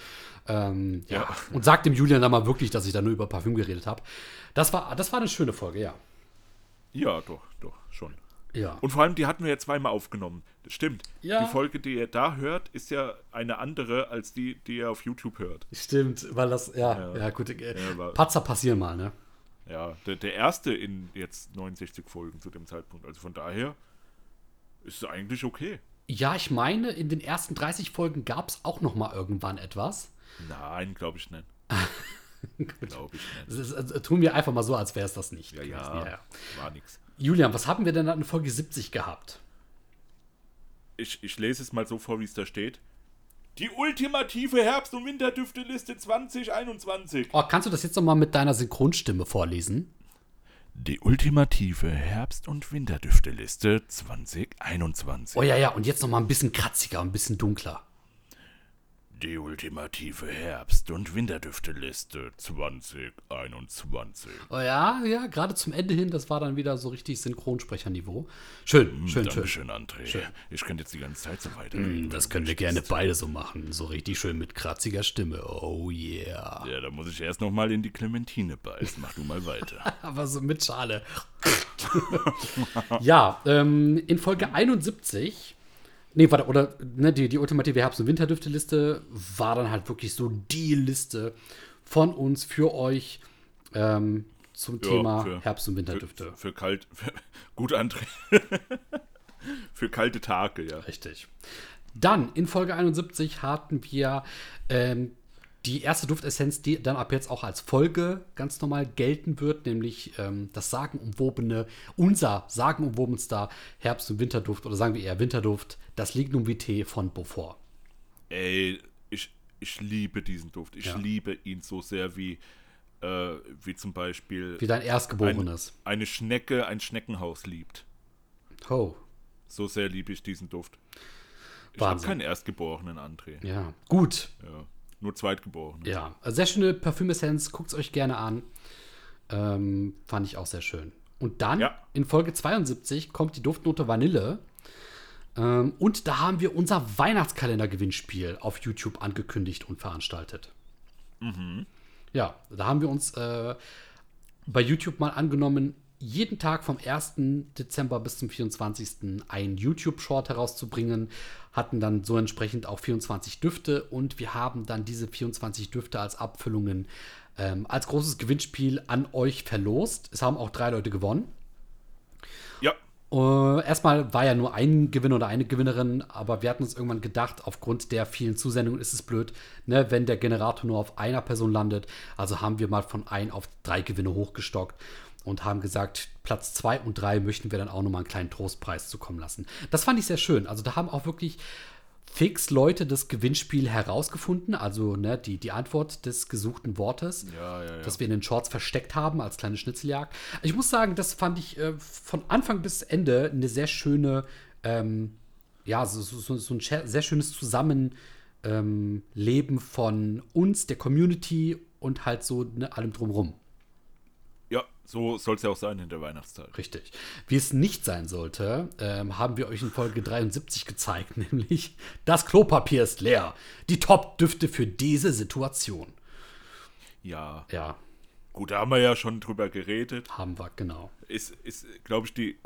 A: Und sagt dem Julian dann mal wirklich, dass ich da nur über Parfüm geredet habe. Das war eine schöne Folge, ja.
B: Ja, doch, schon.
A: Ja.
B: Und vor allem, die hatten wir ja zweimal aufgenommen. Das stimmt.
A: Ja.
B: Die Folge, die ihr da hört, ist ja eine andere, als die ihr auf YouTube hört.
A: Stimmt, weil das, gut. Patzer passieren mal, ne?
B: Ja, der erste in jetzt 69 Folgen zu dem Zeitpunkt. Also von daher ist es eigentlich okay.
A: Ja, ich meine, in den ersten 30 Folgen gab es auch noch mal irgendwann etwas.
B: Nein, glaube ich nicht. Glaube ich nicht.
A: Tun wir einfach mal so, als wäre es das nicht.
B: Ja, war nix.
A: Julian, was haben wir denn dann in Folge 70 gehabt?
B: Ich lese es mal so vor, wie es da steht. Die ultimative Herbst- und Winterdüfteliste 2021.
A: Oh, kannst du das jetzt noch mal mit deiner Synchronstimme vorlesen?
B: Die ultimative Herbst- und Winterdüfteliste 2021.
A: Oh ja, und jetzt noch mal ein bisschen kratziger, ein bisschen dunkler.
B: Die ultimative Herbst- und Winterdüfteliste 2021.
A: Oh ja, gerade zum Ende hin, das war dann wieder so richtig Synchronsprecherniveau. Schön.
B: Dankeschön, André. Schön. Ich könnte jetzt die ganze Zeit so weiterreden.
A: Das können wir gerne beide so machen. So richtig schön mit kratziger Stimme. Oh yeah.
B: Ja, da muss ich erst noch mal in die Clementine beißen. Mach du mal weiter.
A: Aber so mit Schale. Ja, in Folge 71 die ultimative Herbst- und Winterdüfteliste war dann halt wirklich so die Liste von uns für euch zum Thema Herbst- und Winterdüfte.
B: Gut, André. Für kalte Tage, ja.
A: Richtig. Dann in Folge 71 hatten wir die erste Duftessenz, die dann ab jetzt auch als Folge ganz normal gelten wird, nämlich unser sagenumwobenster Herbst- und Winterduft, oder sagen wir eher Winterduft, das Lignum Vitae von Beaufort.
B: Ey, ich liebe diesen Duft. Ich liebe ihn so sehr wie zum Beispiel
A: wie dein Erstgeborenes.
B: Eine Schnecke ein Schneckenhaus liebt.
A: Oh.
B: So sehr liebe ich diesen Duft. Ich habe keinen Erstgeborenen, André.
A: Ja, gut.
B: Ja. Nur Zweitgeborene.
A: Ja, sehr schöne Parfümessenz. Guckt es euch gerne an. Fand ich auch sehr schön. Und dann in Folge 72 kommt die Duftnote Vanille. Und da haben wir unser Weihnachtskalender-Gewinnspiel auf YouTube angekündigt und veranstaltet. Mhm. Ja, da haben wir uns bei YouTube mal angenommen, jeden Tag vom 1. Dezember bis zum 24. einen YouTube-Short herauszubringen, hatten dann so entsprechend auch 24 Düfte und wir haben dann diese 24 Düfte als Abfüllungen als großes Gewinnspiel an euch verlost. Es haben auch 3 Leute gewonnen.
B: Ja.
A: Erstmal war ja nur ein Gewinner oder eine Gewinnerin, aber wir hatten uns irgendwann gedacht, aufgrund der vielen Zusendungen ist es blöd, ne, wenn der Generator nur auf einer Person landet. Also haben wir mal von 1 auf 3 Gewinne hochgestockt und haben gesagt, Platz 2 und 3 möchten wir dann auch nochmal einen kleinen Trostpreis zukommen lassen. Das fand ich sehr schön. Also da haben auch wirklich fix Leute das Gewinnspiel herausgefunden, also ne, die Antwort des gesuchten Wortes, das wir in den Shorts versteckt haben als kleine Schnitzeljagd. Ich muss sagen, das fand ich von Anfang bis Ende eine sehr schöne, so ein sehr schönes Zusammenleben von uns, der Community und halt so allem drumrum.
B: Ja, so soll es ja auch sein in der Weihnachtszeit.
A: Richtig. Wie es nicht sein sollte, haben wir euch in Folge 73 gezeigt, nämlich das Klopapier ist leer. Die Top-Düfte für diese Situation.
B: Ja.
A: Ja.
B: Gut, da haben wir ja schon drüber geredet.
A: Haben wir, genau.
B: Ist glaube ich, die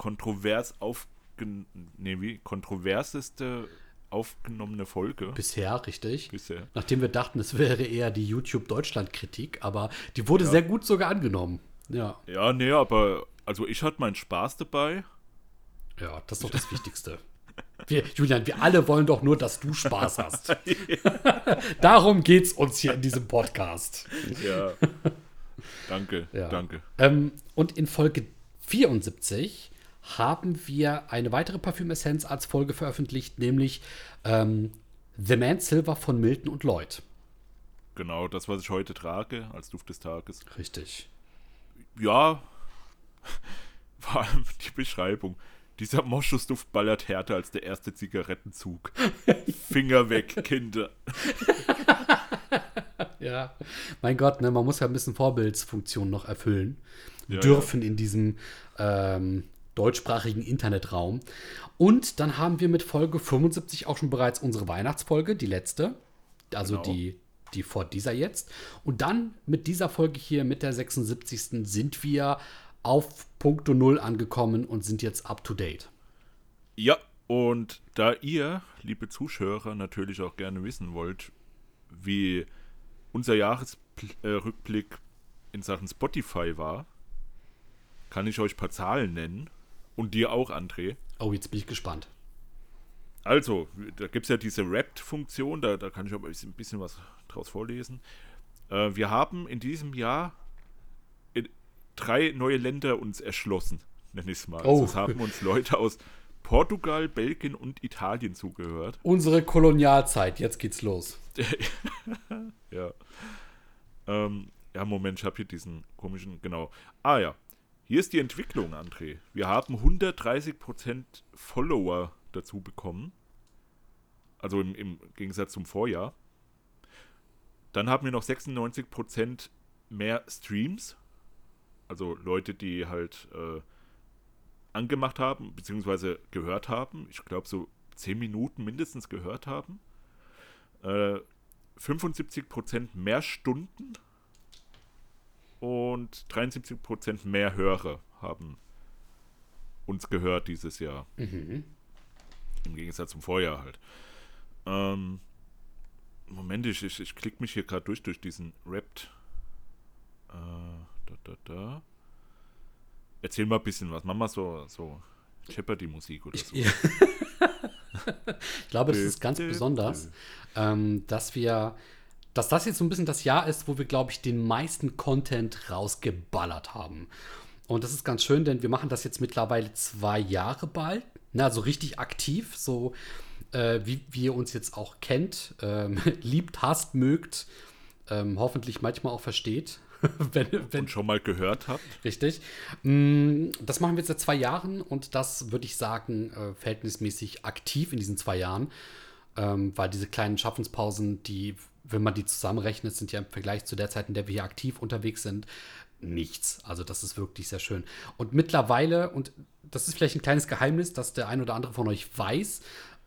B: kontroverseste aufgenommene Folge.
A: Bisher, richtig.
B: Bisher.
A: Nachdem wir dachten, es wäre eher die YouTube-Deutschland-Kritik, aber die wurde sehr gut sogar angenommen. Ja.
B: Ja, nee, aber also ich hatte meinen Spaß dabei.
A: Ja, das ist doch das Wichtigste. Julian, wir alle wollen doch nur, dass du Spaß hast. Darum geht's uns hier in diesem Podcast.
B: Ja. Danke.
A: Und in Folge 74 haben wir eine weitere Parfümessenz als Folge veröffentlicht, nämlich The Man Silver von Milton und Lloyd.
B: Genau, das, was ich heute trage als Duft des Tages.
A: Richtig.
B: Ja, vor allem die Beschreibung. Dieser Moschusduft ballert härter als der erste Zigarettenzug. Finger weg, Kinder.
A: Ja, mein Gott, ne, man muss ja ein bisschen Vorbildsfunktion noch erfüllen dürfen in diesem deutschsprachigen Internetraum. Und dann haben wir mit Folge 75 auch schon bereits unsere Weihnachtsfolge, die letzte, also die vor dieser jetzt. Und dann mit dieser Folge hier, mit der 76. sind wir auf Punkto 0 angekommen und sind jetzt up to date.
B: Ja, und da ihr, liebe Zuschauer, natürlich auch gerne wissen wollt, wie unser Jahresrückblick in Sachen Spotify war, kann ich euch ein paar Zahlen nennen. Und dir auch, André.
A: Oh, jetzt bin ich gespannt.
B: Also, da gibt es ja diese Wrapped-Funktion, da kann ich aber ein bisschen was draus vorlesen. Wir haben in diesem Jahr 3 neue Länder uns erschlossen, nenne ich es mal.
A: Oh.
B: Also es haben uns Leute aus Portugal, Belgien und Italien zugehört.
A: Unsere Kolonialzeit, jetzt geht's los.
B: Ja. Ja, Moment, ich habe hier diesen komischen, genau. Ah ja, hier ist die Entwicklung, André. Wir haben 130% Follower dazu bekommen. Also im Gegensatz zum Vorjahr. Dann haben wir noch 96% mehr Streams. Also Leute, die halt angemacht haben, beziehungsweise gehört haben. Ich glaube, so 10 Minuten mindestens gehört haben. 75% mehr Stunden und 73% mehr Hörer haben uns gehört dieses Jahr.
A: Mhm.
B: Im Gegensatz zum Vorjahr halt. Moment, ich klicke mich hier gerade durch diesen Wrapped. Erzähl mal ein bisschen was. Mach mal so Jeopardy-Musik oder so.
A: Ich glaube, das ist ganz besonders, dass das jetzt so ein bisschen das Jahr ist, wo wir, glaube ich, den meisten Content rausgeballert haben. Und das ist ganz schön, denn wir machen das jetzt mittlerweile 2 Jahre bald. Also richtig aktiv, so wie ihr uns jetzt auch kennt, liebt, hasst, mögt, hoffentlich manchmal auch versteht. wenn
B: schon mal gehört habt.
A: Richtig. Das machen wir jetzt seit 2 Jahren und das würde ich sagen, verhältnismäßig aktiv in diesen 2 Jahren, weil diese kleinen Schaffenspausen, die, wenn man die zusammenrechnet, sind ja im Vergleich zu der Zeit, in der wir hier aktiv unterwegs sind, nichts. Also das ist wirklich sehr schön. Und mittlerweile, und das ist vielleicht ein kleines Geheimnis, das der ein oder andere von euch weiß,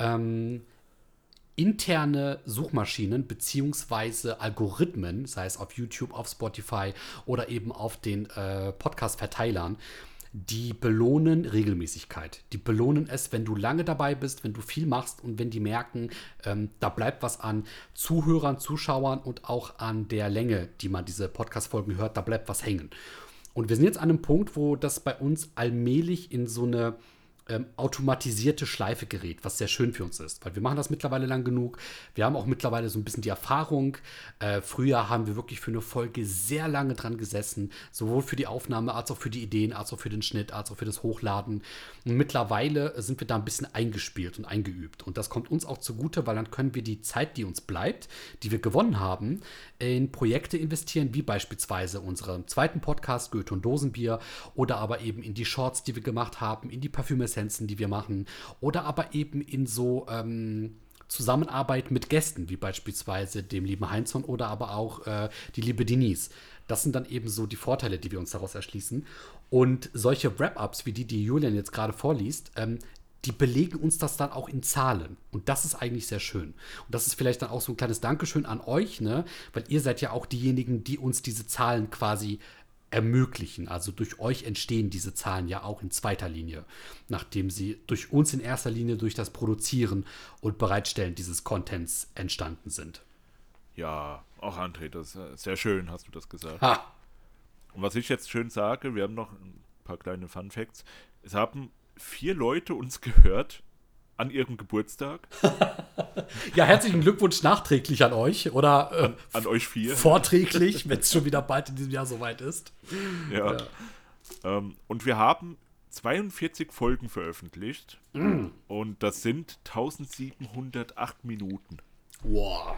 A: interne Suchmaschinen beziehungsweise Algorithmen, sei es auf YouTube, auf Spotify oder eben auf den Podcast-Verteilern, die belohnen Regelmäßigkeit. Die belohnen es, wenn du lange dabei bist, wenn du viel machst und wenn die merken, da bleibt was an Zuhörern, Zuschauern und auch an der Länge, die man diese Podcast-Folgen hört, da bleibt was hängen. Und wir sind jetzt an einem Punkt, wo das bei uns allmählich in so eine automatisierte Schleifegerät, was sehr schön für uns ist, weil wir machen das mittlerweile lang genug. Wir haben auch mittlerweile so ein bisschen die Erfahrung. Früher haben wir wirklich für eine Folge sehr lange dran gesessen, sowohl für die Aufnahme als auch für die Ideen, als auch für den Schnitt, als auch für das Hochladen. Und mittlerweile sind wir da ein bisschen eingespielt und eingeübt. Und das kommt uns auch zugute, weil dann können wir die Zeit, die uns bleibt, die wir gewonnen haben, in Projekte investieren, wie beispielsweise unseren zweiten Podcast, Goethe und Dosenbier, oder aber eben in die Shorts, die wir gemacht haben, in die Parfümessenzen, die wir machen, oder aber eben in so Zusammenarbeit mit Gästen, wie beispielsweise dem lieben Heinzson oder aber auch die liebe Denise. Das sind dann eben so die Vorteile, die wir uns daraus erschließen. Und solche Wrap-Ups, wie die Julian jetzt gerade vorliest, die belegen uns das dann auch in Zahlen. Und das ist eigentlich sehr schön. Und das ist vielleicht dann auch so ein kleines Dankeschön an euch, ne? Weil ihr seid ja auch diejenigen, die uns diese Zahlen quasi ermöglichen. Also durch euch entstehen diese Zahlen ja auch in zweiter Linie, nachdem sie durch uns in erster Linie durch das Produzieren und Bereitstellen dieses Contents entstanden sind.
B: Ja, auch André, das ist sehr schön, hast du das gesagt.
A: Ha!
B: Und was ich jetzt schön sage, wir haben noch ein paar kleine Fun Facts. Es haben 4 Leute uns gehört an ihrem Geburtstag.
A: Ja, herzlichen Glückwunsch nachträglich an euch oder
B: An euch 4.
A: vorträglich, wenn es schon wieder bald in diesem Jahr soweit ist.
B: Ja. Und wir haben 42 Folgen veröffentlicht. Und das sind 1708 Minuten.
A: Wow.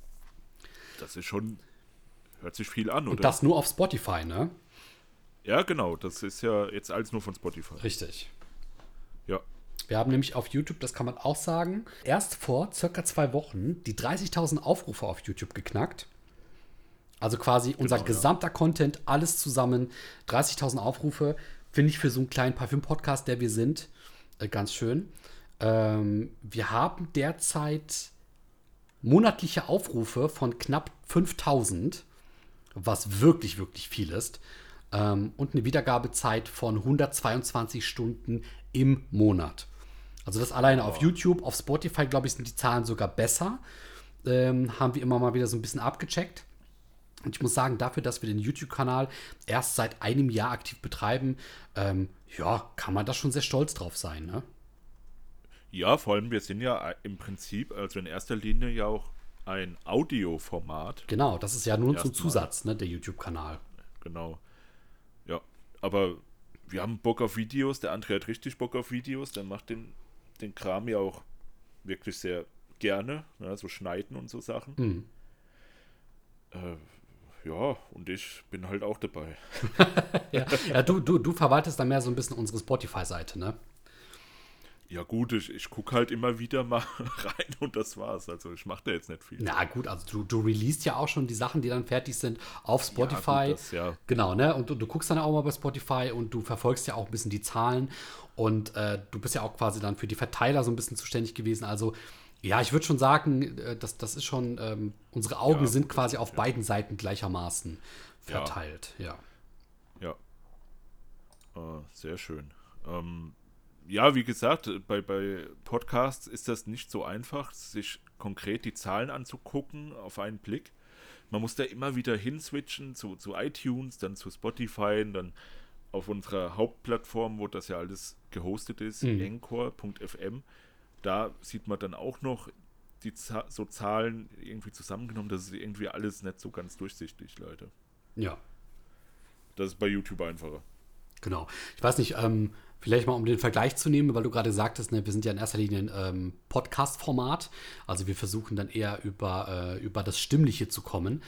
B: Das ist schon, hört sich viel an,
A: Und
B: oder?
A: das nur auf Spotify, ne?
B: Ja, genau. Das ist ja jetzt alles nur von Spotify.
A: Richtig.
B: Ja.
A: Wir haben nämlich auf YouTube, das kann man auch sagen, erst vor circa 2 Wochen die 30.000 Aufrufe auf YouTube geknackt. Also quasi unser gesamter Content, alles zusammen, 30.000 Aufrufe, finde ich für so einen kleinen Parfüm-Podcast, der wir sind, ganz schön. Wir haben derzeit monatliche Aufrufe von knapp 5.000, was wirklich, wirklich viel ist. Und eine Wiedergabezeit von 122 Stunden im Monat. Also das alleine auf YouTube, auf Spotify, glaube ich, sind die Zahlen sogar besser. Haben wir immer mal wieder so ein bisschen abgecheckt. Und ich muss sagen, dafür, dass wir den YouTube-Kanal erst seit einem Jahr aktiv betreiben, ja, kann man da schon sehr stolz drauf sein, ne?
B: Ja, vor allem wir sind ja im Prinzip, also in erster Linie ja auch ein Audioformat.
A: Genau, das ist ja nur so ein
B: Erstmal.
A: Zusatz, ne, der YouTube-Kanal.
B: Genau. Ja, aber wir haben Bock auf Videos. Der André hat richtig Bock auf Videos. Der macht den Kram ja auch wirklich sehr gerne. Ne? So schneiden und so Sachen.
A: Mhm.
B: Ja, und ich bin halt auch dabei.
A: Ja, du verwaltest da mehr so ein bisschen unsere Spotify-Seite, ne?
B: Ja gut, ich gucke halt immer wieder mal rein und das war's. Also ich mache da jetzt nicht viel.
A: Na gut, also du releast ja auch schon die Sachen, die dann fertig sind, auf Spotify.
B: Ja, gut, das, ja.
A: Genau, ne? Und du guckst dann auch mal bei Spotify und du verfolgst ja auch ein bisschen die Zahlen. Und du bist ja auch quasi dann für die Verteiler so ein bisschen zuständig gewesen. Also ja, ich würde schon sagen, das ist schon, unsere Augen sind quasi auf beiden Seiten gleichermaßen verteilt. Ja.
B: Ja. Sehr schön. Ja, wie gesagt, bei Podcasts ist das nicht so einfach, sich konkret die Zahlen anzugucken auf einen Blick. Man muss da immer wieder hinswitchen zu iTunes, dann zu Spotify, dann auf unserer Hauptplattform, wo das ja alles gehostet ist, anchor.fm. Da sieht man dann auch noch die so Zahlen irgendwie zusammengenommen. Das ist irgendwie alles nicht so ganz durchsichtig, Leute.
A: Ja.
B: Das ist bei YouTube einfacher.
A: Genau. Ich weiß nicht, vielleicht mal um den Vergleich zu nehmen, weil du gerade sagtest, ne, wir sind ja in erster Linie ein Podcast-Format. Also wir versuchen dann eher über das Stimmliche zu kommen.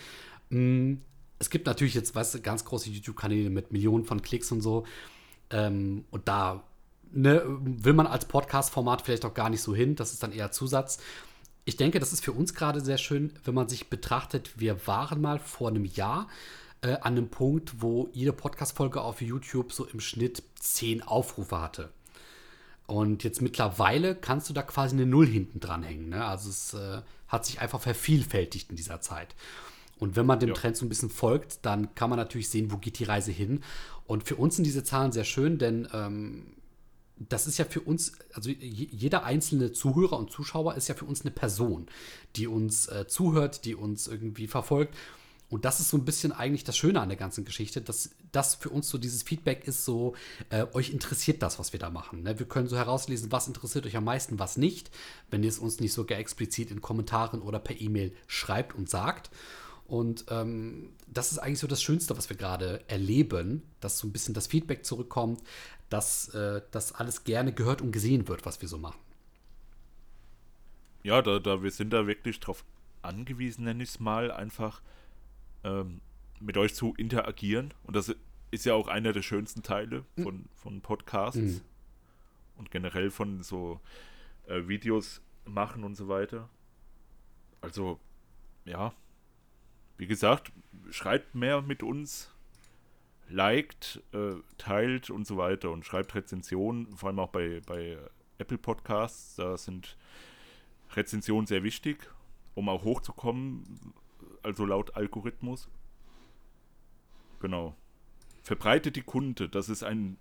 A: Es gibt natürlich jetzt, weißt du, ganz große YouTube-Kanäle mit Millionen von Klicks und so. Und da will man als Podcast-Format vielleicht auch gar nicht so hin. Das ist dann eher Zusatz. Ich denke, das ist für uns gerade sehr schön, wenn man sich betrachtet, wir waren mal vor einem Jahr an einem Punkt, wo jede Podcast-Folge auf YouTube so im Schnitt 10 Aufrufe hatte. Und jetzt mittlerweile kannst du da quasi eine Null hinten dranhängen. Ne? Also es hat sich einfach vervielfältigt in dieser Zeit. Und wenn man dem Trend so ein bisschen folgt, dann kann man natürlich sehen, wo geht die Reise hin. Und für uns sind diese Zahlen sehr schön, denn das ist ja für uns, also jeder einzelne Zuhörer und Zuschauer ist ja für uns eine Person, die uns zuhört, die uns irgendwie verfolgt. Und das ist so ein bisschen eigentlich das Schöne an der ganzen Geschichte, dass das für uns so dieses Feedback ist, so, euch interessiert das, was wir da machen. Ne? Wir können so herauslesen, was interessiert euch am meisten, was nicht, wenn ihr es uns nicht sogar explizit in Kommentaren oder per E-Mail schreibt und sagt. Und das ist eigentlich so das Schönste, was wir gerade erleben, dass so ein bisschen das Feedback zurückkommt, dass das alles gerne gehört und gesehen wird, was wir so machen.
B: Ja, wir sind da wirklich drauf angewiesen, nenne ich es mal, einfach mit euch zu interagieren. Und das ist ja auch einer der schönsten Teile von Podcasts und generell von so Videos machen und so weiter. Also, ja, wie gesagt, schreibt mehr mit uns, liked, teilt und so weiter und schreibt Rezensionen, vor allem auch bei Apple Podcasts. Da sind Rezensionen sehr wichtig, um auch hochzukommen, also laut Algorithmus. Genau. Verbreitet die Kunde, dass es einen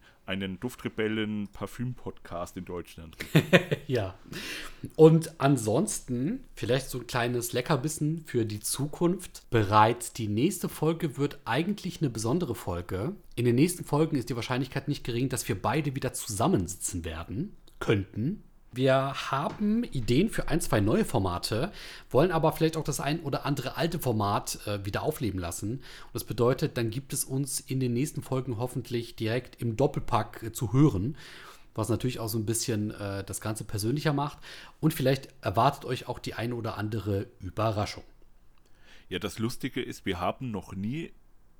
B: Duftrebellen-Parfüm-Podcast in Deutschland gibt.
A: Ja. Und ansonsten vielleicht so ein kleines Leckerbissen für die Zukunft. Bereits die nächste Folge wird eigentlich eine besondere Folge. In den nächsten Folgen ist die Wahrscheinlichkeit nicht gering, dass wir beide wieder zusammensitzen werden könnten. Wir haben Ideen für 1, 2 neue Formate, wollen aber vielleicht auch das ein oder andere alte Format wieder aufleben lassen. Und das bedeutet, dann gibt es uns in den nächsten Folgen hoffentlich direkt im Doppelpack zu hören, was natürlich auch so ein bisschen das Ganze persönlicher macht. Und vielleicht erwartet euch auch die eine oder andere Überraschung.
B: Ja, das Lustige ist, wir haben noch nie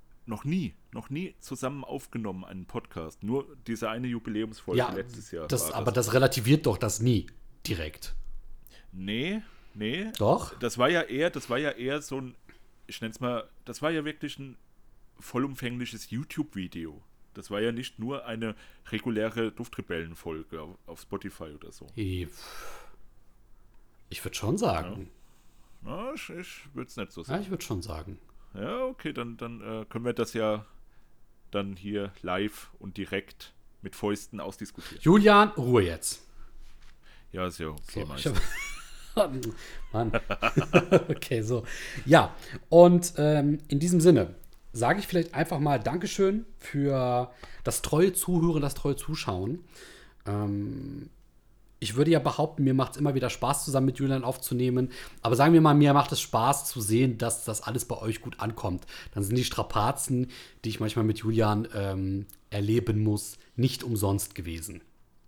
B: zusammen aufgenommen einen Podcast. Nur diese eine Jubiläumsfolge
A: Ja,
B: letztes Jahr.
A: Aber das relativiert doch das nie direkt.
B: Nee.
A: Doch?
B: Das war ja eher so ein, ich nenn's mal, das war ja wirklich ein vollumfängliches YouTube-Video. Das war ja nicht nur eine reguläre Duftrebellen-Folge auf Spotify oder so.
A: Ich würde schon sagen.
B: Ja. Ich würde es nicht so
A: Ja,
B: sagen.
A: ich würde schon sagen.
B: Ja, okay, dann können wir das ja dann hier live und direkt mit Fäusten ausdiskutieren.
A: Julian, Ruhe jetzt.
B: Ja, ist ja okay,
A: So, Mann. Okay, so. Ja, und in diesem Sinne sage ich vielleicht einfach mal Dankeschön für das treue Zuhören, das treue Zuschauen. Ich würde ja behaupten, mir macht es immer wieder Spaß, zusammen mit Julian aufzunehmen. Aber sagen wir mal, mir macht es Spaß zu sehen, dass das alles bei euch gut ankommt. Dann sind die Strapazen, die ich manchmal mit Julian erleben muss, nicht umsonst gewesen.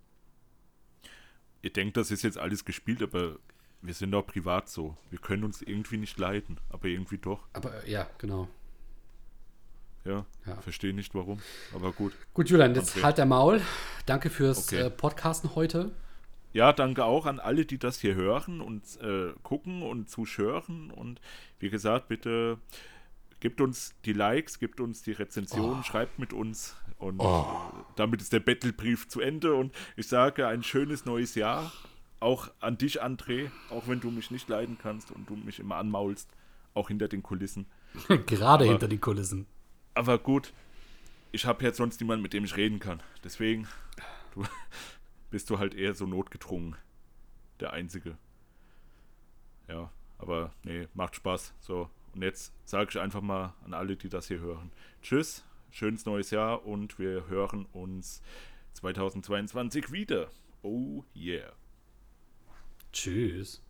B: Ihr denkt, das ist jetzt alles gespielt, aber wir sind auch privat so. Wir können uns irgendwie nicht leiden, aber irgendwie doch.
A: Aber ja, genau.
B: Ja. Verstehe nicht warum, aber gut.
A: Gut, Julian, jetzt
B: Okay.
A: halt der Maul. Danke fürs Podcasten heute.
B: Ja, danke auch an alle, die das hier hören und gucken und zuhören. Und wie gesagt, bitte gebt uns die Likes, gebt uns die Rezensionen, schreibt mit uns. Und damit ist der Battlebrief zu Ende. Und ich sage ein schönes neues Jahr. Auch an dich, André, auch wenn du mich nicht leiden kannst und du mich immer anmaulst, auch hinter den Kulissen.
A: Gerade hinter den Kulissen.
B: Aber gut, ich habe jetzt sonst niemanden, mit dem ich reden kann. Deswegen bist du halt eher so notgedrungen. Der Einzige. Ja, aber nee, macht Spaß. So, und jetzt sage ich einfach mal an alle, die das hier hören. Tschüss, schönes neues Jahr und wir hören uns 2022 wieder. Oh yeah.
A: Tschüss.